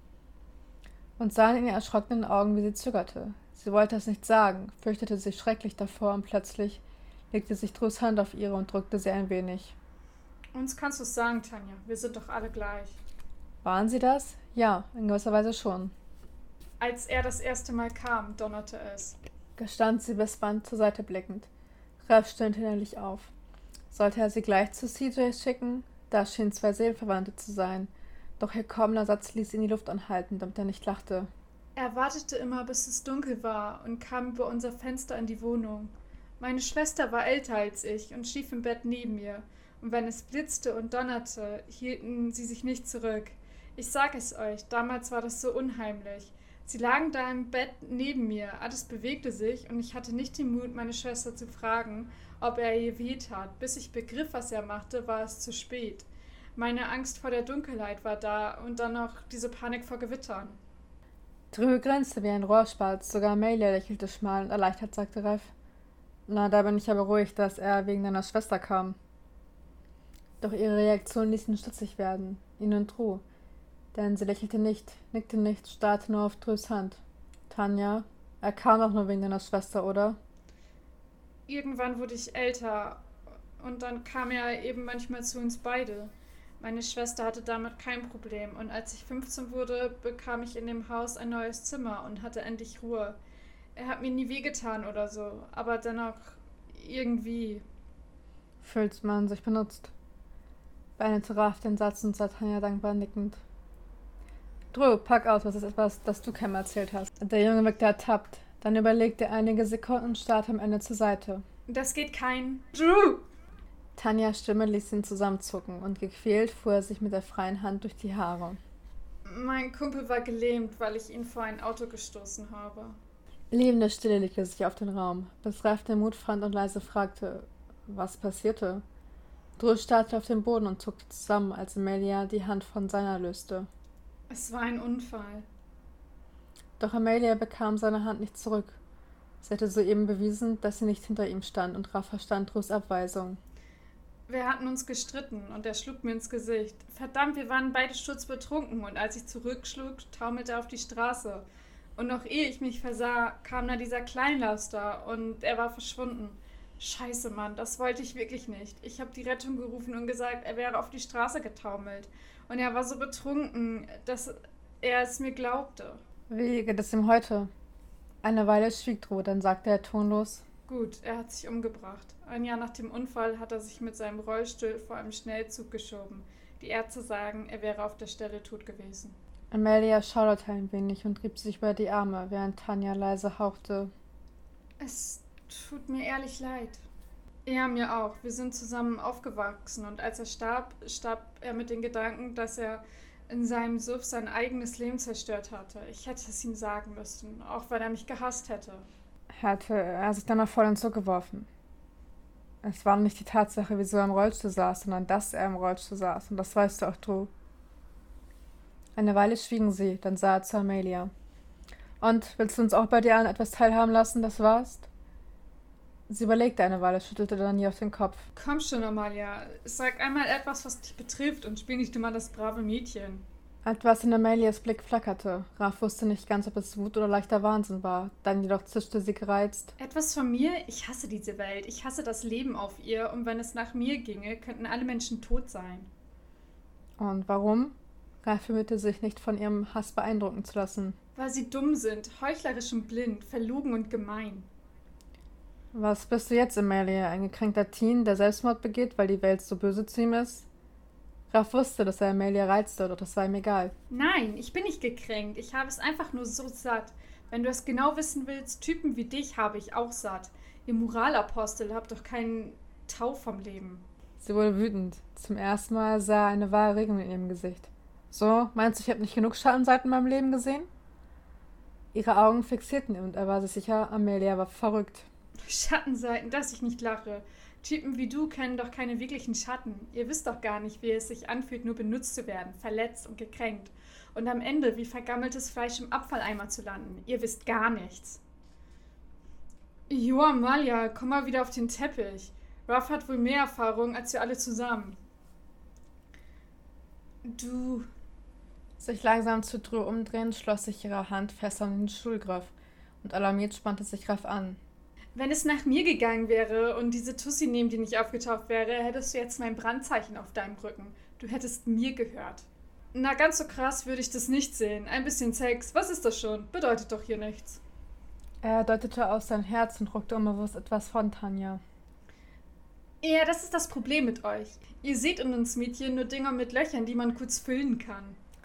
Und sah in ihren erschrockenen Augen, wie sie zögerte. Sie wollte es nicht sagen, fürchtete sich schrecklich davor und plötzlich legte sich Drews Hand auf ihre und drückte sie ein wenig. Uns kannst du es sagen, Tanja. Wir sind doch alle gleich. Waren sie das? Ja, in gewisser Weise schon. Als er das erste Mal kam, donnerte es. Gestand sie bespannend zur Seite blickend. Ralph stöhnte innerlich auf. Sollte er sie gleich zu C J schicken? Da schienen zwei Seelenverwandte zu sein. Doch ihr kommender Satz ließ ihn die Luft anhalten, damit er nicht lachte. Er wartete immer, bis es dunkel war und kam über unser Fenster in die Wohnung. Meine Schwester war älter als ich und schlief im Bett neben mir. Und wenn es blitzte und donnerte, hielten sie sich nicht zurück. Ich sag es euch, damals war das so unheimlich. Sie lagen da im Bett neben mir, alles bewegte sich und ich hatte nicht den Mut, meine Schwester zu fragen, ob er ihr weh tat. Bis ich begriff, was er machte, war es zu spät. Meine Angst vor der Dunkelheit war da und dann noch diese Panik vor Gewittern. Drew grinste wie ein Rohrspatz, sogar Amelia lächelte schmal und erleichtert, sagte Ralph. Na, da bin ich ja beruhigt, dass er wegen deiner Schwester kam. Doch ihre Reaktion ließ ihn stutzig werden, ihn und Drew. Denn sie lächelte nicht, nickte nicht, starrte nur auf Drews Hand. Tanja, er kam doch nur wegen deiner Schwester, oder? Irgendwann wurde ich älter und dann kam er eben manchmal zu uns beide. Meine Schwester hatte damit kein Problem und als ich fünfzehn wurde, bekam ich in dem Haus ein neues Zimmer und hatte endlich Ruhe. Er hat mir nie wehgetan oder so, aber dennoch irgendwie. Fühlt man sich benutzt. Beendete Ralph den Satz und sah Tanja dankbar nickend. Drew, pack aus, was ist etwas, das du Cam erzählt hast. Der Junge wirkte ertappt. Dann überlegte er einige Sekunden und starrte am Ende zur Seite. Das geht kein... Drew! Tanjas Stimme ließ ihn zusammenzucken und gequält fuhr er sich mit der freien Hand durch die Haare. Mein Kumpel war gelähmt, weil ich ihn vor ein Auto gestoßen habe. Lebende Stille legte sich auf den Raum, bis Ralph den Mut fand und leise fragte, was passierte? Drew starrte auf den Boden und zuckte zusammen, als Amelia die Hand von seiner löste. Es war ein Unfall. Doch Amelia bekam seine Hand nicht zurück. Sie hatte soeben bewiesen, dass sie nicht hinter ihm stand und Ralph verstand Drews Abweisung. Wir hatten uns gestritten und er schlug mir ins Gesicht. Verdammt, wir waren beide sturzbetrunken und als ich zurückschlug, taumelte er auf die Straße. Und noch ehe ich mich versah, kam da dieser Kleinlaster und er war verschwunden. Scheiße, Mann, das wollte ich wirklich nicht. Ich habe die Rettung gerufen und gesagt, er wäre auf die Straße getaumelt. Und er war so betrunken, dass er es mir glaubte. Wie geht es ihm heute? Eine Weile schwieg Drew, dann sagte er tonlos. Gut, er hat sich umgebracht. Ein Jahr nach dem Unfall hat er sich mit seinem Rollstuhl vor einem Schnellzug geschoben. Die Ärzte sagen, er wäre auf der Stelle tot gewesen. Amelia schauderte ein wenig und rieb sich über die Arme, während Tanja leise hauchte. Es tut mir ehrlich leid. Ja, mir auch. Wir sind zusammen aufgewachsen und als er starb, starb er mit den Gedanken, dass er in seinem Suff sein eigenes Leben zerstört hatte. Ich hätte es ihm sagen müssen, auch weil er mich gehasst hätte. Hatte er sich dann noch voll ins Zug geworfen. Es war nicht die Tatsache, wieso er im Rollstuhl saß, sondern dass er im Rollstuhl saß. Und das weißt du auch, Drew. Eine Weile schwiegen sie, dann sah er zu Amelia. Und, willst du uns auch bei dir an etwas teilhaben lassen, das warst? Sie überlegte eine Weile, schüttelte dann nie auf den Kopf. Komm schon, Amalia, sag einmal etwas, was dich betrifft und spiel nicht immer das brave Mädchen. Etwas in Amelias Blick flackerte. Ralph wusste nicht ganz, ob es Wut oder leichter Wahnsinn war. Dann jedoch zischte sie gereizt. Etwas von mir? Ich hasse diese Welt. Ich hasse das Leben auf ihr. Und wenn es nach mir ginge, könnten alle Menschen tot sein. Und warum? Ralph bemühte sich, nicht von ihrem Hass beeindrucken zu lassen. Weil sie dumm sind, heuchlerisch und blind, verlogen und gemein. Was bist du jetzt, Amelia? Ein gekränkter Teen, der Selbstmord begeht, weil die Welt so böse zu ihm ist? Ralph wusste, dass er Amelia reizte, doch das war ihm egal. Nein, ich bin nicht gekränkt. Ich habe es einfach nur so satt. Wenn du es genau wissen willst, Typen wie dich habe ich auch satt. Ihr Moralapostel habt doch keinen Tau vom Leben. Sie wurde wütend. Zum ersten Mal sah er eine wahre Regung in ihrem Gesicht. So, meinst du, ich habe nicht genug Schattenseiten in meinem Leben gesehen? Ihre Augen fixierten ihn und er war sich sicher, Amelia war verrückt. Schattenseiten, dass ich nicht lache. Typen wie du kennen doch keine wirklichen Schatten. Ihr wisst doch gar nicht, wie es sich anfühlt, nur benutzt zu werden, verletzt und gekränkt. Und am Ende wie vergammeltes Fleisch im Abfalleimer zu landen. Ihr wisst gar nichts. Jo, Amalia, komm mal wieder auf den Teppich. Ruff hat wohl mehr Erfahrung als wir alle zusammen. Du... Sich langsam zu Drew umdrehend, schloss sich ihre Hand fest an den Stuhlgriff und alarmiert spannte sich Ralph an. Wenn es nach mir gegangen wäre und diese Tussi neben dir nicht aufgetaucht wäre, hättest du jetzt mein Brandzeichen auf deinem Rücken. Du hättest mir gehört. Na, ganz so krass würde ich das nicht sehen. Ein bisschen Sex, was ist das schon? Bedeutet doch hier nichts. Er deutete auf sein Herz und ruckte unbewusst etwas von Tanja. Ja, das ist das Problem mit euch. Ihr seht in uns Mädchen nur Dinger mit Löchern, die man kurz füllen kann.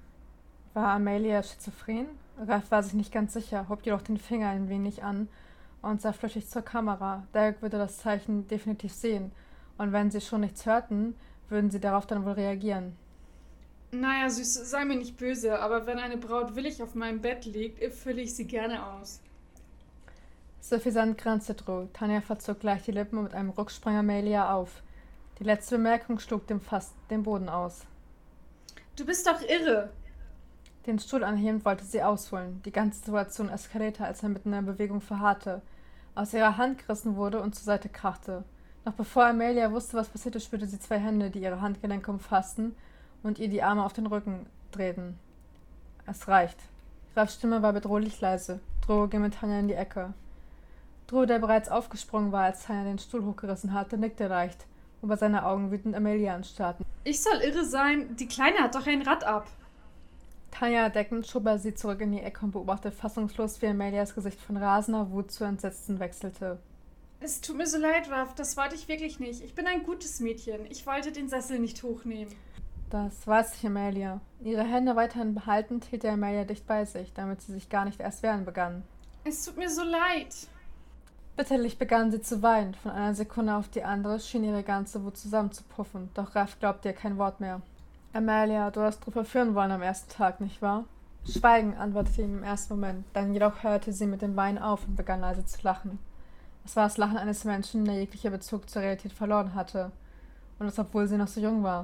War Amelia schizophren? Ralph war sich nicht ganz sicher, hob jedoch den Finger ein wenig an und sah flüchtig zur Kamera. Derek würde das Zeichen definitiv sehen, und wenn sie schon nichts hörten, würden sie darauf dann wohl reagieren. Naja, Süß, sei mir nicht böse, aber wenn eine Braut willig auf meinem Bett liegt, fülle ich sie gerne aus. Suffisant grinste Drew. Tanja verzog gleich die Lippen und mit einem Ruck sprang Amelia auf. Die letzte Bemerkung schlug dem fast den Boden aus. Du bist doch irre! Den Stuhl anhebend wollte sie ausholen. Die ganze Situation eskalierte, als er mitten in der Bewegung verharrte, aus ihrer Hand gerissen wurde und zur Seite krachte. Noch bevor Amelia wusste, was passierte, spürte sie zwei Hände, die ihre Handgelenke umfassten und ihr die Arme auf den Rücken drehten. Es reicht. Ralphs Stimme war bedrohlich leise. Drew ging mit Tanja in die Ecke. Drew, der bereits aufgesprungen war, als Tanja den Stuhl hochgerissen hatte, nickte leicht, wobei seine Augen wütend Amelia anstarrten. Ich soll irre sein? Die Kleine hat doch ein Rad ab. Tanja deckend schob er sie zurück in die Ecke und beobachtete fassungslos, wie Amelias Gesicht von rasender Wut zu Entsetzen wechselte. Es tut mir so leid, Ruff, das wollte ich wirklich nicht. Ich bin ein gutes Mädchen. Ich wollte den Sessel nicht hochnehmen. Das weiß ich, Amelia. Ihre Hände weiterhin behaltend hielt er Amelia dicht bei sich, damit sie sich gar nicht erst wehren begann. Es tut mir so leid. Bitterlich begann sie zu weinen. Von einer Sekunde auf die andere schien ihre ganze Wut zusammenzupuffen, doch Ralph glaubte ihr kein Wort mehr. Amelia, du hast Drew verführen wollen am ersten Tag, nicht wahr? Schweigen, antwortete ihm im ersten Moment, dann jedoch hörte sie mit dem Weinen auf und begann leise zu lachen. Es war das Lachen eines Menschen, der jeglicher Bezug zur Realität verloren hatte. Und das, obwohl sie noch so jung war.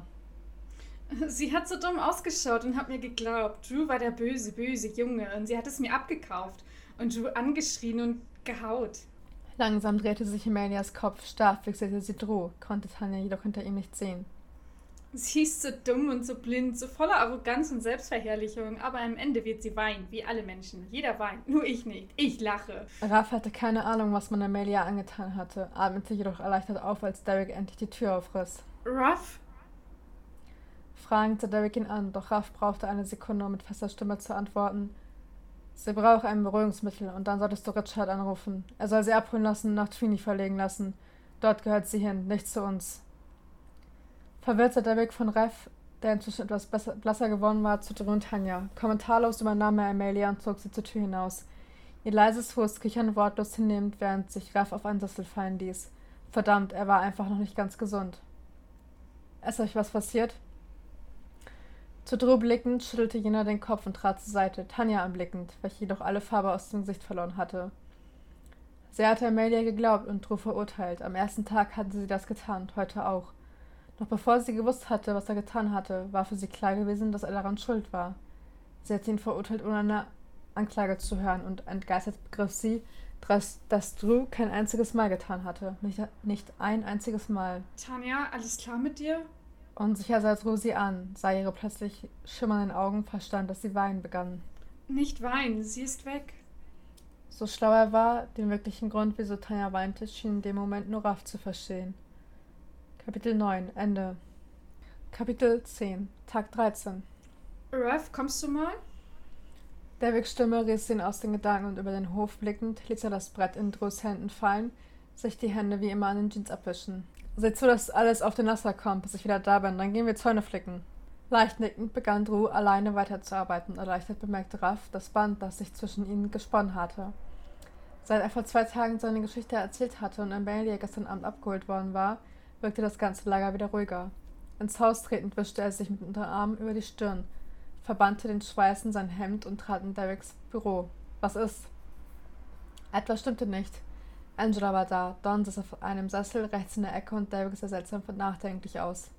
Sie hat so dumm ausgeschaut und hat mir geglaubt. Drew war der böse, böse Junge und sie hat es mir abgekauft und Drew angeschrien und gehaut. Langsam drehte sich Amelias Kopf, starr fixierte sie Drew, konnte Tanja jedoch hinter ihm nicht sehen. Sie ist so dumm und so blind, so voller Arroganz und Selbstverherrlichung, aber am Ende wird sie weinen, wie alle Menschen. Jeder weint, nur ich nicht. Ich lache. Ralph hatte keine Ahnung, was man Amelia angetan hatte, atmete jedoch erleichtert auf, als Derek endlich die Tür aufriss. Ruff? Fragend sah Derek ihn an, doch Ralph brauchte eine Sekunde, um mit fester Stimme zu antworten. Sie braucht ein Beruhigungsmittel und dann solltest du Richard anrufen. Er soll sie abholen lassen und nach Tweenie verlegen lassen. Dort gehört sie hin, nicht zu uns. Verwirrt sah Derek von Ralph, der inzwischen etwas besser, blasser geworden war, zu Drew und Tanja. Kommentarlos übernahm er Amelia und zog sie zur Tür hinaus. Ihr leises, hohes Kichern wortlos hinnehmend, während sich Ralph auf einen Sessel fallen ließ. Verdammt, er war einfach noch nicht ganz gesund. Ist euch was passiert? Zu Drew blickend schüttelte jener den Kopf und trat zur Seite, Tanja anblickend, welche jedoch alle Farbe aus dem Gesicht verloren hatte. Sie hatte Amelia geglaubt und Drew verurteilt. Am ersten Tag hatte sie das getan und heute auch. Noch bevor sie gewusst hatte, was er getan hatte, war für sie klar gewesen, dass er daran schuld war. Sie hatte ihn verurteilt, ohne eine Anklage zu hören, und entgeistert begriff sie, dass, dass Drew kein einziges Mal getan hatte. Nicht, nicht ein einziges Mal. Tanja, alles klar mit dir? Unsicher sah Drew sie an, sah ihre plötzlich schimmernden Augen, verstand, dass sie weinen begann. Nicht weinen, sie ist weg. So schlau er war, den wirklichen Grund, wieso Tanja weinte, schien in dem Moment nur Ruff zu verstehen. Kapitel neun, Ende. Kapitel zehn, Tag dreizehn. Ruff, kommst du mal? Davids Stimme riss ihn aus den Gedanken und über den Hof blickend ließ er das Brett in Drews Händen fallen, sich die Hände wie immer an den Jeans abwischen. Seht zu, dass alles auf den Wasser kommt, bis ich wieder da bin, dann gehen wir Zäune flicken. Leicht nickend begann Drew, alleine weiterzuarbeiten. Erleichtert bemerkte Ruff das Band, das sich zwischen ihnen gesponnen hatte. Seit er vor zwei Tagen seine Geschichte erzählt hatte und Amelia gestern Abend abgeholt worden war, wirkte das ganze Lager wieder ruhiger. Ins Haus tretend wischte er sich mit dem Unterarm über die Stirn, verbannte den Schweiß in sein Hemd und trat in Derricks Büro. Was ist? Etwas stimmte nicht. Angela war da, Don saß auf einem Sessel rechts in der Ecke und Derrick sah seltsam und nachdenklich aus.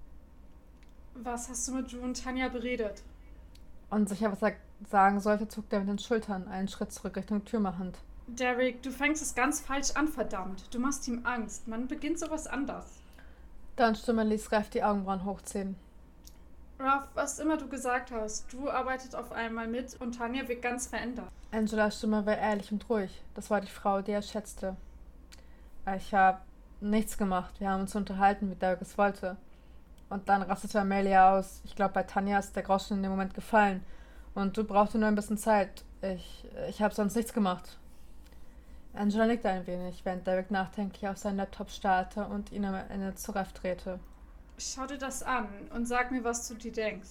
Was hast du mit Drew und Tanja beredet? Unsicher, was er sagen sollte, zuckte er mit den Schultern, einen Schritt zurück Richtung Tür machend. Derrick, du fängst es ganz falsch an, verdammt. Du machst ihm Angst. Man beginnt sowas anders. Dons Stimme ließ Ruff die Augenbrauen hochziehen. Ruff, was immer du gesagt hast, Drew arbeitet auf einmal mit und Tanja wird ganz verändert. Angelas Stimme war ehrlich und ruhig. Das war die Frau, die er schätzte. Ich habe nichts gemacht. Wir haben uns unterhalten, wie Derrick es wollte. Und dann rastete Amelia aus. Ich glaube, bei Tanja ist der Groschen in dem Moment gefallen. Und du brauchst nur ein bisschen Zeit. Ich, ich habe sonst nichts gemacht. Angela nickte ein wenig, während Derrick nachdenklich auf seinen Laptop starrte und ihn am Ende zu Ruff drehte. Schau dir das an und sag mir, was du dir denkst.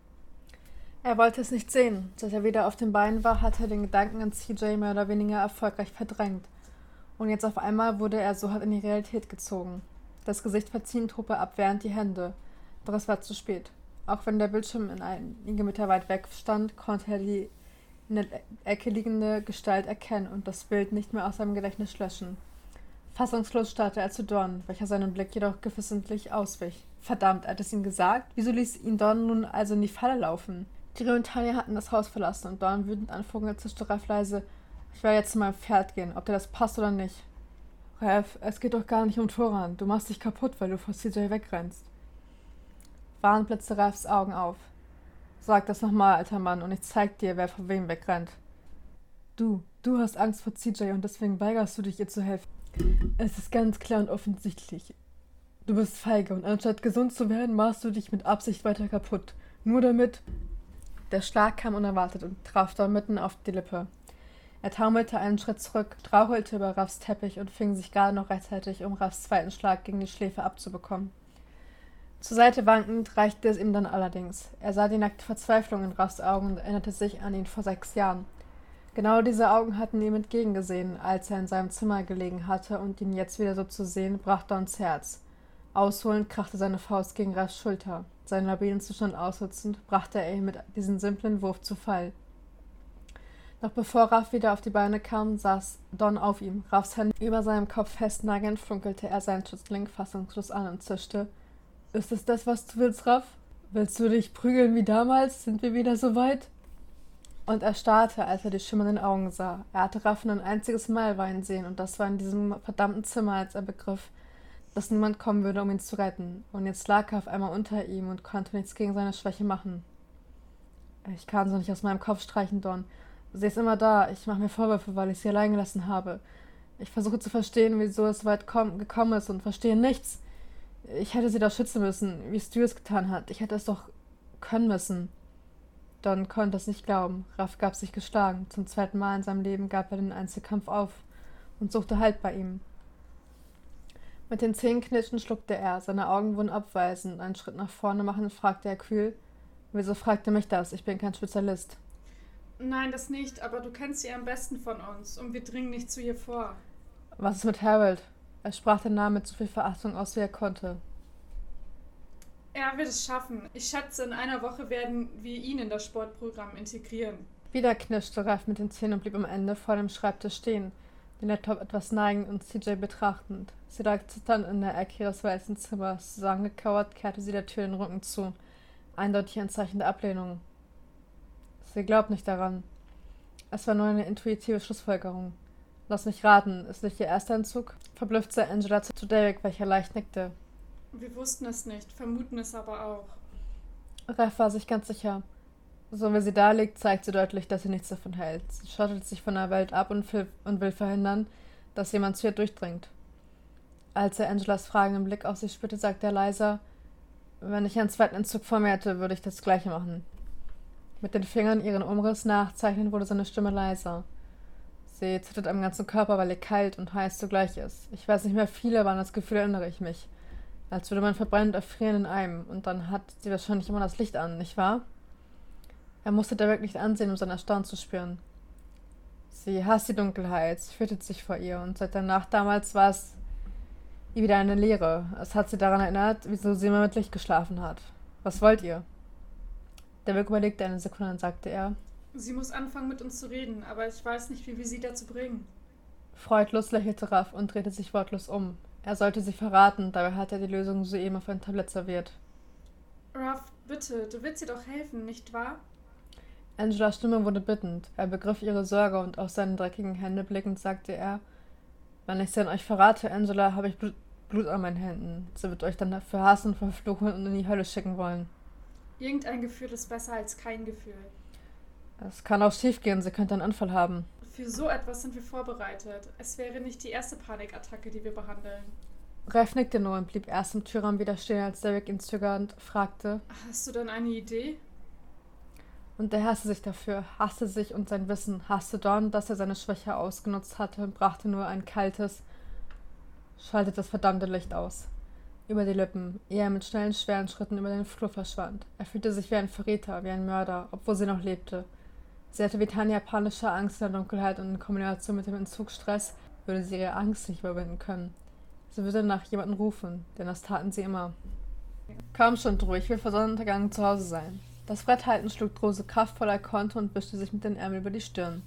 Er wollte es nicht sehen. Seit er wieder auf den Beinen war, hatte er den Gedanken an C J mehr oder weniger erfolgreich verdrängt. Und jetzt auf einmal wurde er so hart in die Realität gezogen. Das Gesicht verziehen trug er abwehrend die Hände. Doch es war zu spät. Auch wenn der Bildschirm in einige Meter weit weg stand, konnte er die in der Ecke liegende Gestalt erkennen und das Bild nicht mehr aus seinem Gedächtnis löschen. Fassungslos starrte er zu Don, welcher seinen Blick jedoch geflissentlich auswich. Verdammt, er hat es ihm gesagt? Wieso ließ ihn Don nun also in die Falle laufen? Tiri und Tanja hatten das Haus verlassen und Don wütend anfuhren, zischte Ruff leise: Ich will jetzt zu meinem Pferd gehen, ob dir das passt oder nicht. Ruff, es geht doch gar nicht um Toran. Du machst dich kaputt, weil du vor C J wegrennst. Warnend blitzte Ruffs Augen auf. Sag das nochmal, alter Mann, und ich zeig dir, wer vor wem wegrennt. Du, du hast Angst vor C J und deswegen weigerst du dich, ihr zu helfen. Es ist ganz klar und offensichtlich. Du bist feige und anstatt gesund zu werden, machst du dich mit Absicht weiter kaputt. Nur damit... Der Schlag kam unerwartet und traf Don mitten auf die Lippe. Er taumelte einen Schritt zurück, strauchelte über Ruffs Teppich und fing sich gerade noch rechtzeitig, um Ruffs zweiten Schlag gegen die Schläfe abzubekommen. Zur Seite wankend reichte es ihm dann allerdings. Er sah die nackte Verzweiflung in Ruffs Augen und erinnerte sich an ihn vor sechs Jahren. Genau diese Augen hatten ihm entgegengesehen, als er in seinem Zimmer gelegen hatte, und ihn jetzt wieder so zu sehen, brach Dons Herz. Ausholend krachte seine Faust gegen Ruffs Schulter. Seinen labilen Zustand ausnutzend, brachte er ihn mit diesem simplen Wurf zu Fall. Noch bevor Ruff wieder auf die Beine kam, saß Don auf ihm. Ruffs Hände über seinem Kopf festnagelnd, funkelte er seinen Schützling fassungslos an und zischte: Ist es das, was du willst, Ruff? Willst du dich prügeln wie damals? Sind wir wieder so weit? Und er starrte, als er die schimmernden Augen sah. Er hatte Ruff nur ein einziges Mal weinen sehen, und das war in diesem verdammten Zimmer, als er begriff, dass niemand kommen würde, um ihn zu retten. Und jetzt lag er auf einmal unter ihm und konnte nichts gegen seine Schwäche machen. Ich kann so nicht aus meinem Kopf streichen, Don. Sie ist immer da. Ich mache mir Vorwürfe, weil ich sie allein gelassen habe. Ich versuche zu verstehen, wieso es so weit komm- gekommen ist und verstehe nichts. Ich hätte sie doch schützen müssen, wie Stu es getan hat. Ich hätte es doch können müssen. Don konnte es nicht glauben. Ruff gab sich geschlagen. Zum zweiten Mal in seinem Leben gab er den Einzelkampf auf und suchte Halt bei ihm. Mit den Zähnen knirschend schluckte er. Seine Augen wurden abweisend. Einen Schritt nach vorne machend fragte er kühl: Wieso fragt ihr mich das? Ich bin kein Spezialist. Nein, das nicht, aber du kennst sie am besten von uns und wir dringen nicht zu ihr vor. Was ist mit Harold? Er sprach den Namen mit so viel Verachtung aus, wie er konnte. Er wird es schaffen. Ich schätze, in einer Woche werden wir ihn in das Sportprogramm integrieren. Wieder knirschte Ralph mit den Zähnen und blieb am Ende vor dem Schreibtisch stehen, den Laptop etwas neigend und C J betrachtend. Sie lag zitternd in der Ecke ihres weißen Zimmers. Zusammengekauert kehrte sie der Tür den Rücken zu. Eindeutig ein Zeichen der Ablehnung. Sie glaubt nicht daran. Es war nur eine intuitive Schlussfolgerung. Lass mich raten, ist nicht ihr erster Entzug? Verblüfft sah Angela zu Derek, welcher leicht nickte. Wir wussten es nicht, vermuten es aber auch. Ralph war sich ganz sicher. So wie sie da liegt, zeigt sie deutlich, dass sie nichts davon hält. Sie schottet sich von der Welt ab und, und will verhindern, dass jemand zu ihr durchdringt. Als er Angelas fragenden Blick auf sie spürte, sagte er leiser, wenn ich einen zweiten Entzug vor mir hätte, würde ich das Gleiche machen. Mit den Fingern ihren Umriss nachzeichnen, wurde seine Stimme leiser. Sie zittert am ganzen Körper, weil ihr kalt und heiß zugleich ist. Ich weiß nicht mehr viel, aber an das Gefühl erinnere ich mich. Als würde man verbrennt erfrieren in einem. Und dann hat sie wahrscheinlich immer das Licht an, nicht wahr? Er musste Derek nicht ansehen, um sein Erstaunen zu spüren. Sie hasst die Dunkelheit, sie fürchtet sich vor ihr. Und seit der Nacht damals war es ihr wieder eine Leere. Es hat sie daran erinnert, wieso sie immer mit Licht geschlafen hat. Was wollt ihr? Derek überlegte eine Sekunde, dann sagte er, sie muss anfangen, mit uns zu reden, aber ich weiß nicht, wie wir sie dazu bringen. Freudlos lächelte Ralph und drehte sich wortlos um. Er sollte sie verraten, dabei hat er die Lösung soeben auf ein Tablett serviert. Ralph, bitte, du willst ihr doch helfen, nicht wahr? Angelas Stimme wurde bittend. Er begriff ihre Sorge und auf seine dreckigen Hände blickend sagte er, wenn ich sie an euch verrate, Angela, habe ich Blut, Blut an meinen Händen. Sie wird euch dann dafür hassen, verfluchen und in die Hölle schicken wollen. Irgendein Gefühl ist besser als kein Gefühl. Es kann auch schief gehen, sie könnte einen Anfall haben. Für so etwas sind wir vorbereitet. Es wäre nicht die erste Panikattacke, die wir behandeln. Ralph nickte nur und blieb erst im Türrahmen wieder stehen, als Derek ihn zögernd fragte. Hast du denn eine Idee? Und er hasste sich dafür, hasste sich und sein Wissen, hasste Don, dass er seine Schwäche ausgenutzt hatte und brachte nur ein kaltes, schaltet das verdammte Licht aus. Über die Lippen, ehe er mit schnellen, schweren Schritten über den Flur verschwand. Er fühlte sich wie ein Verräter, wie ein Mörder, obwohl sie noch lebte. Sie hatte wie Tanja panische Angst in der Dunkelheit und in Kombination mit dem Entzugsstress würde sie ihre Angst nicht überwinden können. Sie würde nach jemandem rufen, denn das taten sie immer. Komm schon, Drew, ich will vor Sonnenuntergang zu Hause sein. Das Brett halten schlug Drose kraftvoll, er konnte und wischte sich mit den Ärmeln über die Stirn.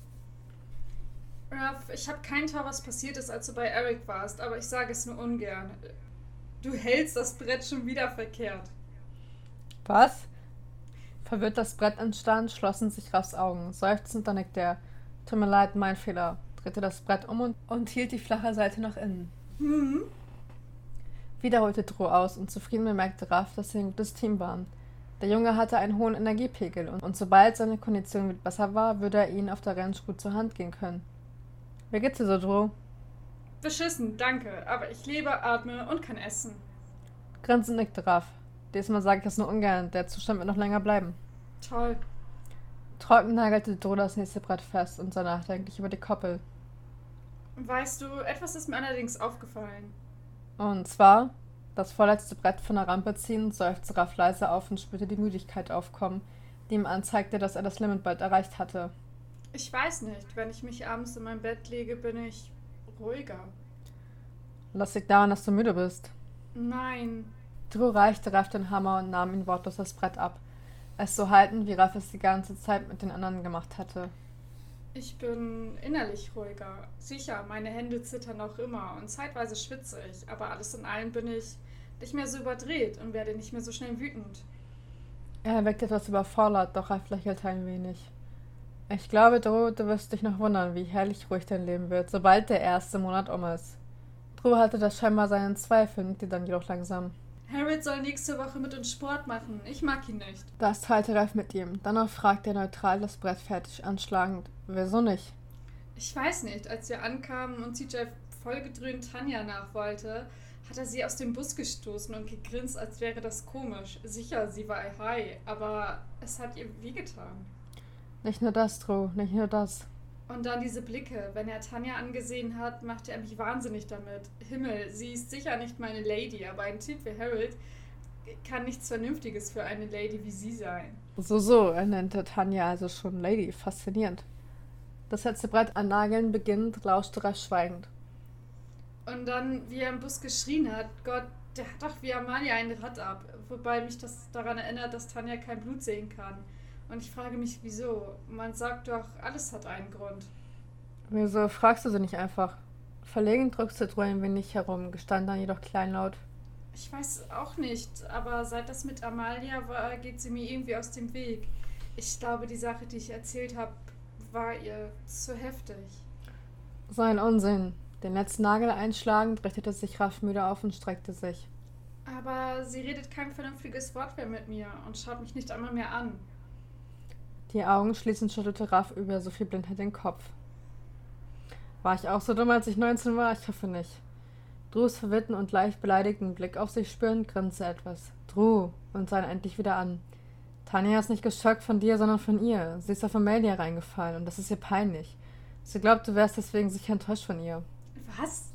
Ralph, ich habe kein Tor, was passiert ist, als du bei Eric warst, aber ich sage es nur ungern. Du hältst das Brett schon wieder verkehrt. Was? Verwirrt das Brett entstand, schlossen sich Ralphs Augen. Seufzend dann nickte er. Tut mir leid, mein Fehler. Drehte das Brett um und, und hielt die flache Seite nach innen. Mhm. Wieder holte Drew aus und zufrieden bemerkte Ralph, dass sie ein gutes Team waren. Der Junge hatte einen hohen Energiepegel und, und sobald seine Kondition wieder besser war, würde er ihnen auf der Ranch gut zur Hand gehen können. Wie geht's dir so, Drew? Beschissen, danke, aber ich lebe, atme und kann essen. Grinsend nickte Ralph. Diesmal sage ich das nur ungern, der Zustand wird noch länger bleiben. Toll. Trocken nagelte Drew das nächste Brett fest und sah nachdenklich über die Koppel. Weißt du, etwas ist mir allerdings aufgefallen. Und zwar, das vorletzte Brett von der Rampe ziehen, seufzte Ralph leise auf und spürte die Müdigkeit aufkommen, die ihm anzeigte, dass er das Limit bald erreicht hatte. Ich weiß nicht, wenn ich mich abends in mein Bett lege, bin ich ruhiger. Das liegt daran, dass du müde bist. Nein. Drew reichte Ralph den Hammer und nahm ihn wortlos das Brett ab. Es so halten, wie Ralph es die ganze Zeit mit den anderen gemacht hatte. Ich bin innerlich ruhiger. Sicher, meine Hände zittern noch immer und zeitweise schwitze ich, aber alles in allem bin ich nicht mehr so überdreht und werde nicht mehr so schnell wütend. Er wirkte etwas überfordert, doch Ralph lächelte ein wenig. Ich glaube, Drew, du wirst dich noch wundern, wie herrlich ruhig dein Leben wird, sobald der erste Monat um ist. Drew hatte das scheinbar seinen Zweifeln, die dann jedoch langsam. Harold soll nächste Woche mit uns Sport machen. Ich mag ihn nicht. Das teilte Ralph mit ihm. Danach fragte er neutral das Brett fertig anschlagend. Wieso nicht? Ich weiß nicht. Als wir ankamen und C J vollgedröhnt Tanja nach wollte, hat er sie aus dem Bus gestoßen und gegrinst, als wäre das komisch. Sicher, sie war high, aber es hat ihr wehgetan. Nicht nur das, Drew, nicht nur das. Und dann diese Blicke. Wenn er Tanja angesehen hat, machte er mich wahnsinnig damit. Himmel, sie ist sicher nicht meine Lady, aber ein Typ wie Harold kann nichts Vernünftiges für eine Lady wie sie sein. So, so, er nannte Tanja also schon Lady. Faszinierend. Das letzte Brett an Nageln beginnend, lauschte Ralph schweigend. Und dann, wie er im Bus geschrien hat, Gott, Der hat doch wie Amalia ein Rad ab, wobei mich das daran erinnert, dass Tanja kein Blut sehen kann. Und ich frage mich, wieso? Man sagt doch, alles hat einen Grund. Wieso fragst du sie nicht einfach? Verlegen drückte Drew ein wenig herum, gestand dann jedoch kleinlaut. Ich weiß auch nicht, aber seit das mit Amalia war, geht sie mir irgendwie aus dem Weg. Ich glaube, die Sache, die ich erzählt habe, war ihr zu heftig. So ein Unsinn. Den letzten Nagel einschlagend richtete sich Raff müde auf und streckte sich. Aber sie redet kein vernünftiges Wort mehr mit mir und schaut mich nicht einmal mehr an. Die Augen schließend schüttelte Raff über so viel Blindheit den Kopf. War ich auch so dumm, als ich neunzehn war? Ich hoffe nicht. Drews verwirrten und leicht beleidigten Blick auf sich spürend grinste etwas. Drew, und sah ihn endlich wieder an. Tanja ist nicht geschockt von dir, sondern von ihr. Sie ist auf Amelia reingefallen und das ist ihr peinlich. Sie glaubt, du wärst deswegen sicher enttäuscht von ihr. Was?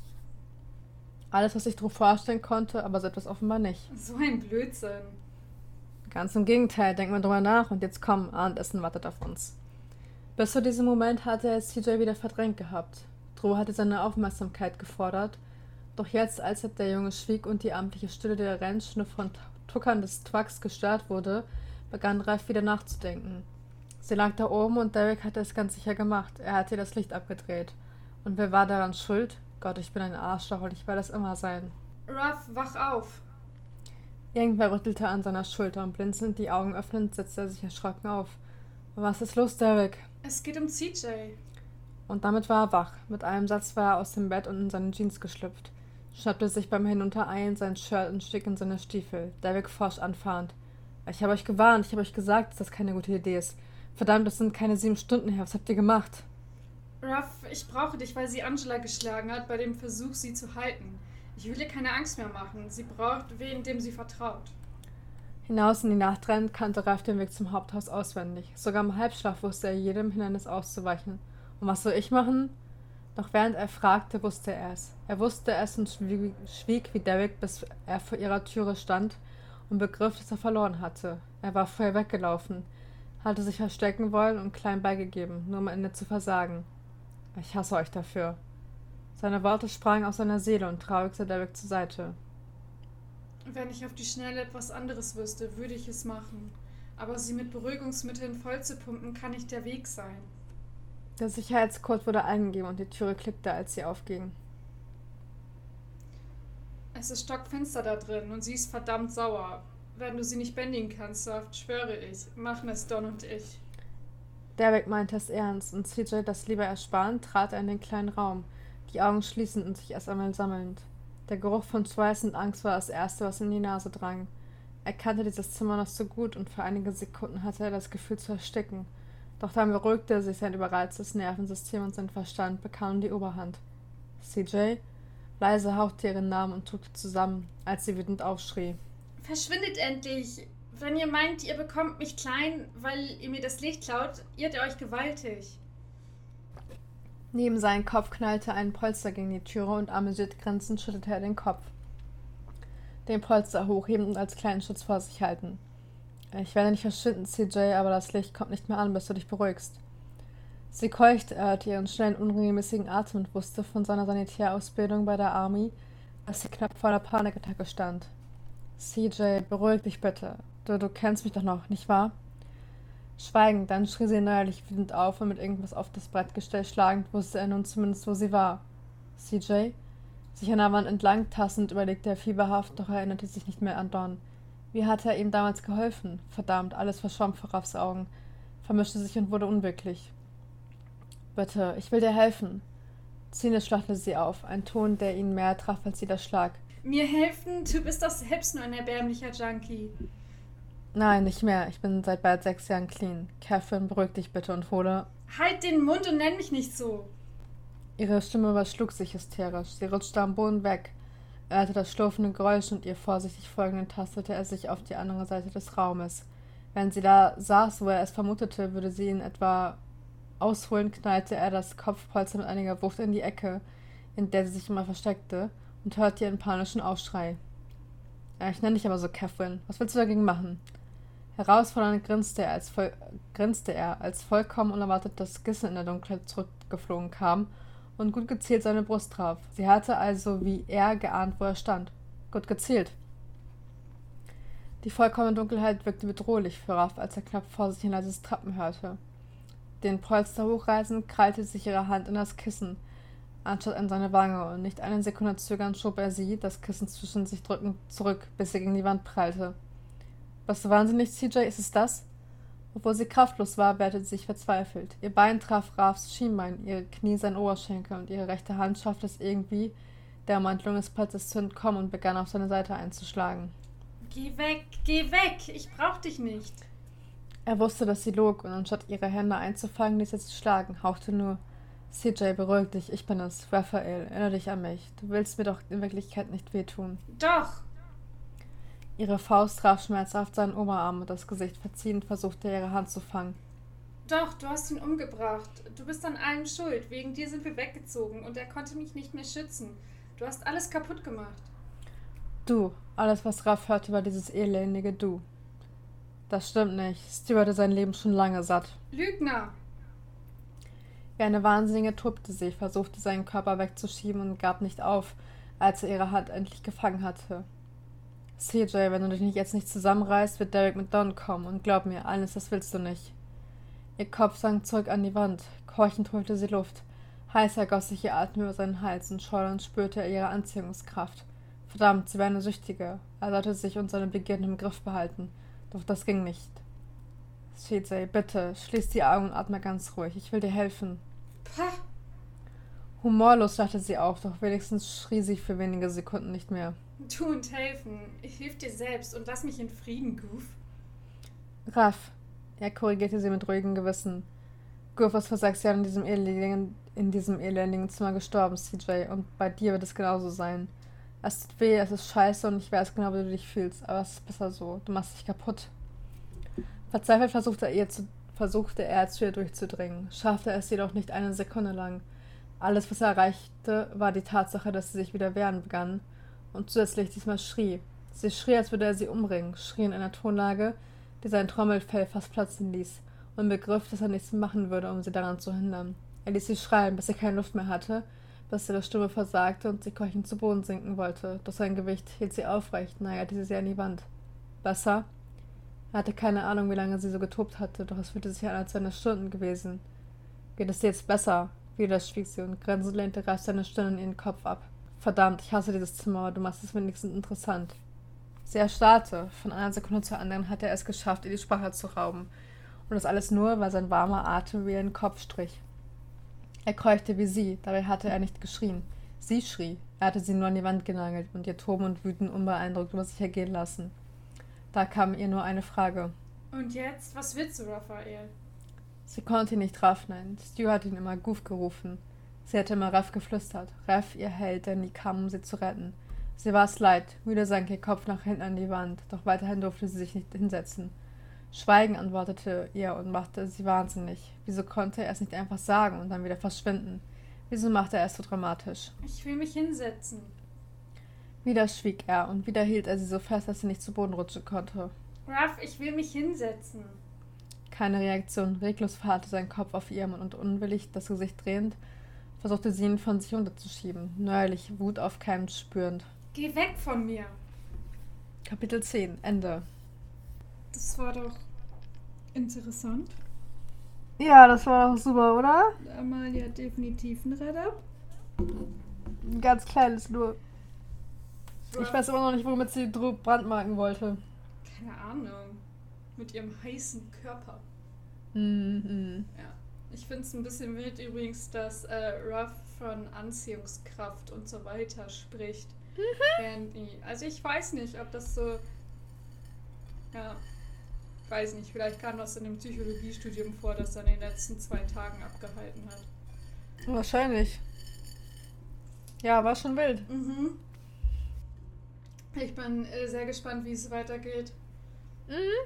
Alles, was ich Drew vorstellen konnte, aber so etwas offenbar nicht. So ein Blödsinn. Ganz im Gegenteil, denk mal drüber nach und jetzt komm, Abendessen wartet auf uns. Bis zu diesem Moment hatte er C J wieder verdrängt gehabt. Drew hatte seine Aufmerksamkeit gefordert, doch jetzt, als der Junge schwieg und die amtliche Stille der Ranch nur von Tuckern des Twacks gestört wurde, begann Ralph wieder nachzudenken. Sie lag da oben und Derek hatte es ganz sicher gemacht. Er hatte ihr das Licht abgedreht. Und wer war daran schuld? Gott, ich bin ein Arschloch und ich werde es immer sein. Ruff, wach auf. Irgendwer rüttelte an seiner Schulter und blinzelnd die Augen öffnend, setzte er sich erschrocken auf. Was ist los, Derek? Es geht um C J. Und damit war er wach. Mit einem Satz war er aus dem Bett und in seine Jeans geschlüpft, schnappte sich beim Hinuntereilen sein Shirt und stieg in seine Stiefel. Derek forsch anfahrend. Ich habe euch gewarnt, ich habe euch gesagt, dass das keine gute Idee ist. Verdammt, das sind keine sieben Stunden her. Was habt ihr gemacht? Ruff, ich brauche dich, weil sie Angela geschlagen hat, bei dem Versuch, sie zu halten. Ich will ihr keine Angst mehr machen. Sie braucht wen, dem sie vertraut. Hinaus in die Nacht rennend kannte Ralph den Weg zum Haupthaus auswendig. Sogar im Halbschlaf wusste er jedem Hindernis auszuweichen. Und was soll ich machen? Doch während er fragte, wusste er es. Er wusste es und schwieg, schwieg wie Derek, bis er vor ihrer Türe stand und begriff, dass er verloren hatte. Er war vorher weggelaufen, hatte sich verstecken wollen und klein beigegeben, nur am Ende zu versagen. Ich hasse euch dafür. Seine Worte sprangen aus seiner Seele und traurig sah Derek zur Seite. Wenn ich auf die Schnelle etwas anderes wüsste, würde ich es machen. Aber sie mit Beruhigungsmitteln vollzupumpen, kann nicht der Weg sein. Der Sicherheitscode wurde eingegeben und die Türe klickte, als sie aufging. Es ist stockfinster da drin und sie ist verdammt sauer. Wenn du sie nicht bändigen kannst, Saft, schwöre ich, machen es Don und ich. Derek meinte es ernst und C J das lieber ersparend, trat er in den kleinen Raum, die Augen schließend und sich erst einmal sammelnd. Der Geruch von Schweiß und Angst war das Erste, was in die Nase drang. Er kannte dieses Zimmer noch so gut und für einige Sekunden hatte er das Gefühl zu ersticken. Doch dann beruhigte sich sein überreiztes Nervensystem und sein Verstand bekamen die Oberhand. C J? Leise hauchte ihren Namen und zuckte zusammen, als sie wütend aufschrie. Verschwindet endlich! Wenn ihr meint, ihr bekommt mich klein, weil ihr mir das Licht klaut, irrt ihr euch gewaltig. Neben seinen Kopf knallte ein Polster gegen die Türe und amüsiert grinsend schüttelte er den Kopf. Den Polster hochheben und als kleinen Schutz vor sich halten. Ich werde nicht verschwinden, C J, aber das Licht kommt nicht mehr an, bis du dich beruhigst. Sie keuchte, er hörte ihren schnellen, unregelmäßigen Atem und wusste von seiner Sanitärausbildung bei der Army, dass sie knapp vor einer Panikattacke stand. C J, beruhig dich bitte. Du, du kennst mich doch noch, nicht wahr? Schweigend, dann schrie sie neuerlich wütend auf und mit irgendwas auf das Brettgestell schlagend wusste er nun zumindest, wo sie war. C J? Sich an der Wand entlang tastend, überlegte er fieberhaft, doch er erinnerte sich nicht mehr an Don. Wie hatte er ihm damals geholfen? Verdammt, alles verschwamm vor Raffs Augen, vermischte sich und wurde unwirklich. Bitte, ich will dir helfen. Zynisch lachte sie auf, ein Ton, der ihn mehr traf als jeder Schlag. Mir helfen? Du bist doch selbst nur ein erbärmlicher Junkie. Nein, nicht mehr. Ich bin seit bald sechs Jahren clean. Catherine, beruhig dich bitte und hole... Halt den Mund und nenn mich nicht so. Ihre Stimme überschlug sich hysterisch. Sie rutschte am Boden weg. Er hörte das schlurfende Geräusch und ihr vorsichtig folgend tastete er sich auf die andere Seite des Raumes. Wenn sie da saß, wo er es vermutete, würde sie ihn etwa ausholen, knallte er das Kopfpolster mit einiger Wucht in die Ecke, in der sie sich immer versteckte, und hörte ihren panischen Aufschrei. Ich nenne dich aber so, Catherine. Was willst du dagegen machen? Herausfordernd grinste er, als voll, grinste er, als vollkommen unerwartet das Kissen in der Dunkelheit zurückgeflogen kam und gut gezielt seine Brust traf. Sie hatte also wie er geahnt, wo er stand. Gut gezielt. Die vollkommene Dunkelheit wirkte bedrohlich für Ruff, als er knapp vor sich ein leises Trappen hörte. Den Polster hochreißend krallte sich ihre Hand in das Kissen, anstatt an seine Wange, und nicht eine Sekunde zögernd schob er sie, das Kissen zwischen sich drückend, zurück, bis sie gegen die Wand prallte. »Bist du wahnsinnig, C J? Ist es das?« Obwohl sie kraftlos war, wehrte sie sich verzweifelt. Ihr Bein traf Ruffs Schienbein, ihre Knie sein Oberschenkel, und ihre rechte Hand schaffte es irgendwie, der Ummantelung des Platzes zu entkommen, und begann auf seine Seite einzuschlagen. »Geh weg, geh weg! Ich brauch dich nicht!« Er wusste, dass sie log, und anstatt ihre Hände einzufangen, ließ er sie schlagen, hauchte nur: »C J, beruhig dich, ich bin es, Raphael, erinnere dich an mich. Du willst mir doch in Wirklichkeit nicht wehtun.« »Doch!« Ihre Faust traf schmerzhaft seinen Oberarm, und das Gesicht verziehend versuchte er, ihre Hand zu fangen. »Doch, du hast ihn umgebracht. Du bist an allem schuld. Wegen dir sind wir weggezogen und er konnte mich nicht mehr schützen. Du hast alles kaputt gemacht.« »Du.« Alles, was Ruff hörte, war dieses elendige Du. »Das stimmt nicht. Stu hatte sein Leben schon lange satt.« »Lügner!« Wie eine Wahnsinnige tobte sie, versuchte seinen Körper wegzuschieben und gab nicht auf, als er ihre Hand endlich gefangen hatte. »C J, wenn du dich nicht jetzt nicht zusammenreißt, wird Derek mit Don kommen, und glaub mir, eines, das willst du nicht.« Ihr Kopf sank zurück an die Wand. Keuchend holte sie Luft. Heiß ergoss sich ihr Atem über seinen Hals, und schaudernd spürte er ihre Anziehungskraft. Verdammt, sie war eine Süchtige. Er sollte sich und seine Begierden im Griff behalten. Doch das ging nicht. »C J, bitte, schließ die Augen und atme ganz ruhig. Ich will dir helfen.« Pah! Humorlos lachte sie auf, doch wenigstens schrie sie für wenige Sekunden nicht mehr. »Tu und helfen. Ich hilf dir selbst und lass mich in Frieden, Goof.« »Ruff«, er korrigierte sie mit ruhigem Gewissen. »Goof ist vor sechs Jahren in diesem elendigen, in diesem elendigen Zimmer gestorben, C J, und bei dir wird es genauso sein. Es tut weh, es ist scheiße, und ich weiß genau, wie du dich fühlst, aber es ist besser so. Du machst dich kaputt.« Verzweifelt versuchte er, ihr zu, versuchte er zu ihr durchzudringen, schaffte es jedoch nicht eine Sekunde lang. Alles, was er erreichte, war die Tatsache, dass sie sich wieder wehren begann und zusätzlich diesmal schrie. Sie schrie, als würde er sie umbringen, schrie in einer Tonlage, die sein Trommelfell fast platzen ließ, und begriff, dass er nichts machen würde, um sie daran zu hindern. Er ließ sie schreien, bis sie keine Luft mehr hatte, bis ihre Stimme versagte und sie keuchend zu Boden sinken wollte, doch sein Gewicht hielt sie aufrecht, neigerte sie an die Wand. Besser? Er hatte keine Ahnung, wie lange sie so getobt hatte, doch es fühlte sich an, als seien es Stunden gewesen. »Geht es dir jetzt besser?« Wieder schwieg sie, und grinsend lehnte Ruff seine Stirn in ihren Kopf ab. »Verdammt, ich hasse dieses Zimmer, aber du machst es wenigstens interessant.« Sie erstarrte. Von einer Sekunde zur anderen hatte er es geschafft, ihr die Sprache zu rauben. Und das alles nur, weil sein warmer Atem über ihren Kopf strich. Er keuchte wie sie, dabei hatte er nicht geschrien. Sie schrie. Er hatte sie nur an die Wand genagelt und ihr Toben und Wüten unbeeindruckt über sich ergehen lassen. Da kam ihr nur eine Frage. »Und jetzt? Was willst du, Raphael?« Sie konnte ihn nicht Ruff nennen. Stu hatte ihn immer Goof gerufen. Sie hatte immer Ruff geflüstert. Ruff, ihr Held, der nie kam, um sie zu retten. Sie war es leid. Müde sank ihr Kopf nach hinten an die Wand, doch weiterhin durfte sie sich nicht hinsetzen. Schweigen antwortete ihr und machte sie wahnsinnig. Wieso konnte er es nicht einfach sagen und dann wieder verschwinden? Wieso machte er es so dramatisch? »Ich will mich hinsetzen.« Wieder schwieg er, und wieder hielt er sie so fest, dass sie nicht zu Boden rutschen konnte. »Ruff, ich will mich hinsetzen.« Keine Reaktion. Reglos verharrte sein Kopf auf ihrem, und unwillig, das Gesicht drehend, versuchte sie ihn von sich runterzuschieben, neuerlich Wut aufkeimend spürend. »Geh weg von mir!« Kapitel zehn. Ende. Das war doch interessant. Ja, das war doch super, oder? Amalia hat definitiv ein Red-Up. Ein ganz kleines nur. Ich weiß immer noch nicht, womit sie Drew brandmarken wollte. Keine Ahnung. Mit ihrem heißen Körper. Mhm. Ja. Ich finde es ein bisschen wild übrigens, dass äh, Ruff von Anziehungskraft und so weiter spricht. Während die, also ich weiß nicht, ob das so, ja, weiß nicht, vielleicht kam das in dem Psychologiestudium vor, das er in den letzten zwei Tagen abgehalten hat. Wahrscheinlich. Ja, war schon wild. Mhm. Ich bin äh, sehr gespannt, wie es weitergeht. Mhm.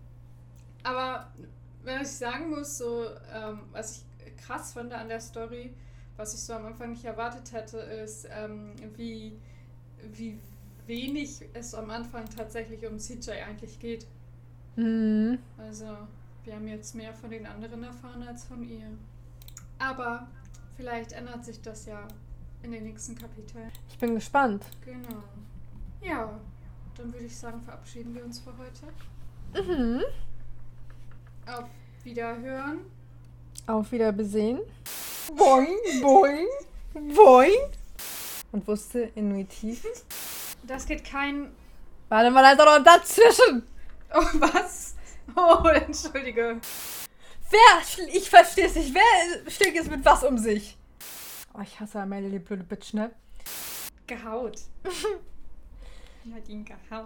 Aber wenn ich sagen muss, so, ähm, was ich krass fand an der Story, was ich so am Anfang nicht erwartet hätte, ist, ähm, wie, wie wenig es am Anfang tatsächlich um C J eigentlich geht. Mhm. Also, wir haben jetzt mehr von den anderen erfahren als von ihr. Aber vielleicht ändert sich das ja in den nächsten Kapiteln. Ich bin gespannt. Genau. Ja, dann würde ich sagen, verabschieden wir uns für heute. Mhm. Auf Wiederhören. Auf Wiederbesehen. Boing, boing, boing. Und wusste intuitiv. Das geht kein... Warte mal, da ist doch noch dazwischen. Oh, was? Oh, entschuldige. Wer? Ich verstehe es nicht. Wer schlägt jetzt mit was um sich? Oh, ich hasse Amelie, die blöde Bitch, ne? Gehaut. Die hat ihn gehaut.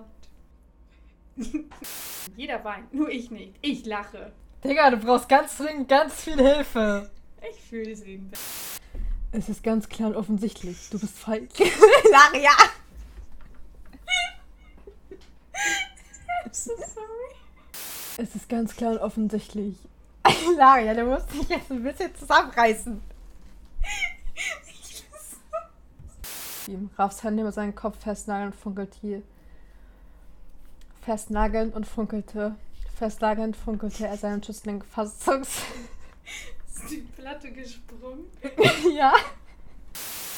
Jeder weint, nur ich nicht. Ich lache. Digga, du brauchst ganz dringend ganz viel Hilfe. Ich fühle sie. Es ist ganz klar und offensichtlich. Du bist falsch. Lach, ja. I'm so sorry. Es ist ganz klar und offensichtlich. Laria, du musst dich jetzt ein bisschen zusammenreißen. Ihm Ralfs Hände über seinen Kopf festnageln und funkelte. Festnagelnd und funkelte. Festnagelnd funkelte er seinen schützenden Fassungs... Ist die Platte gesprungen? Ja.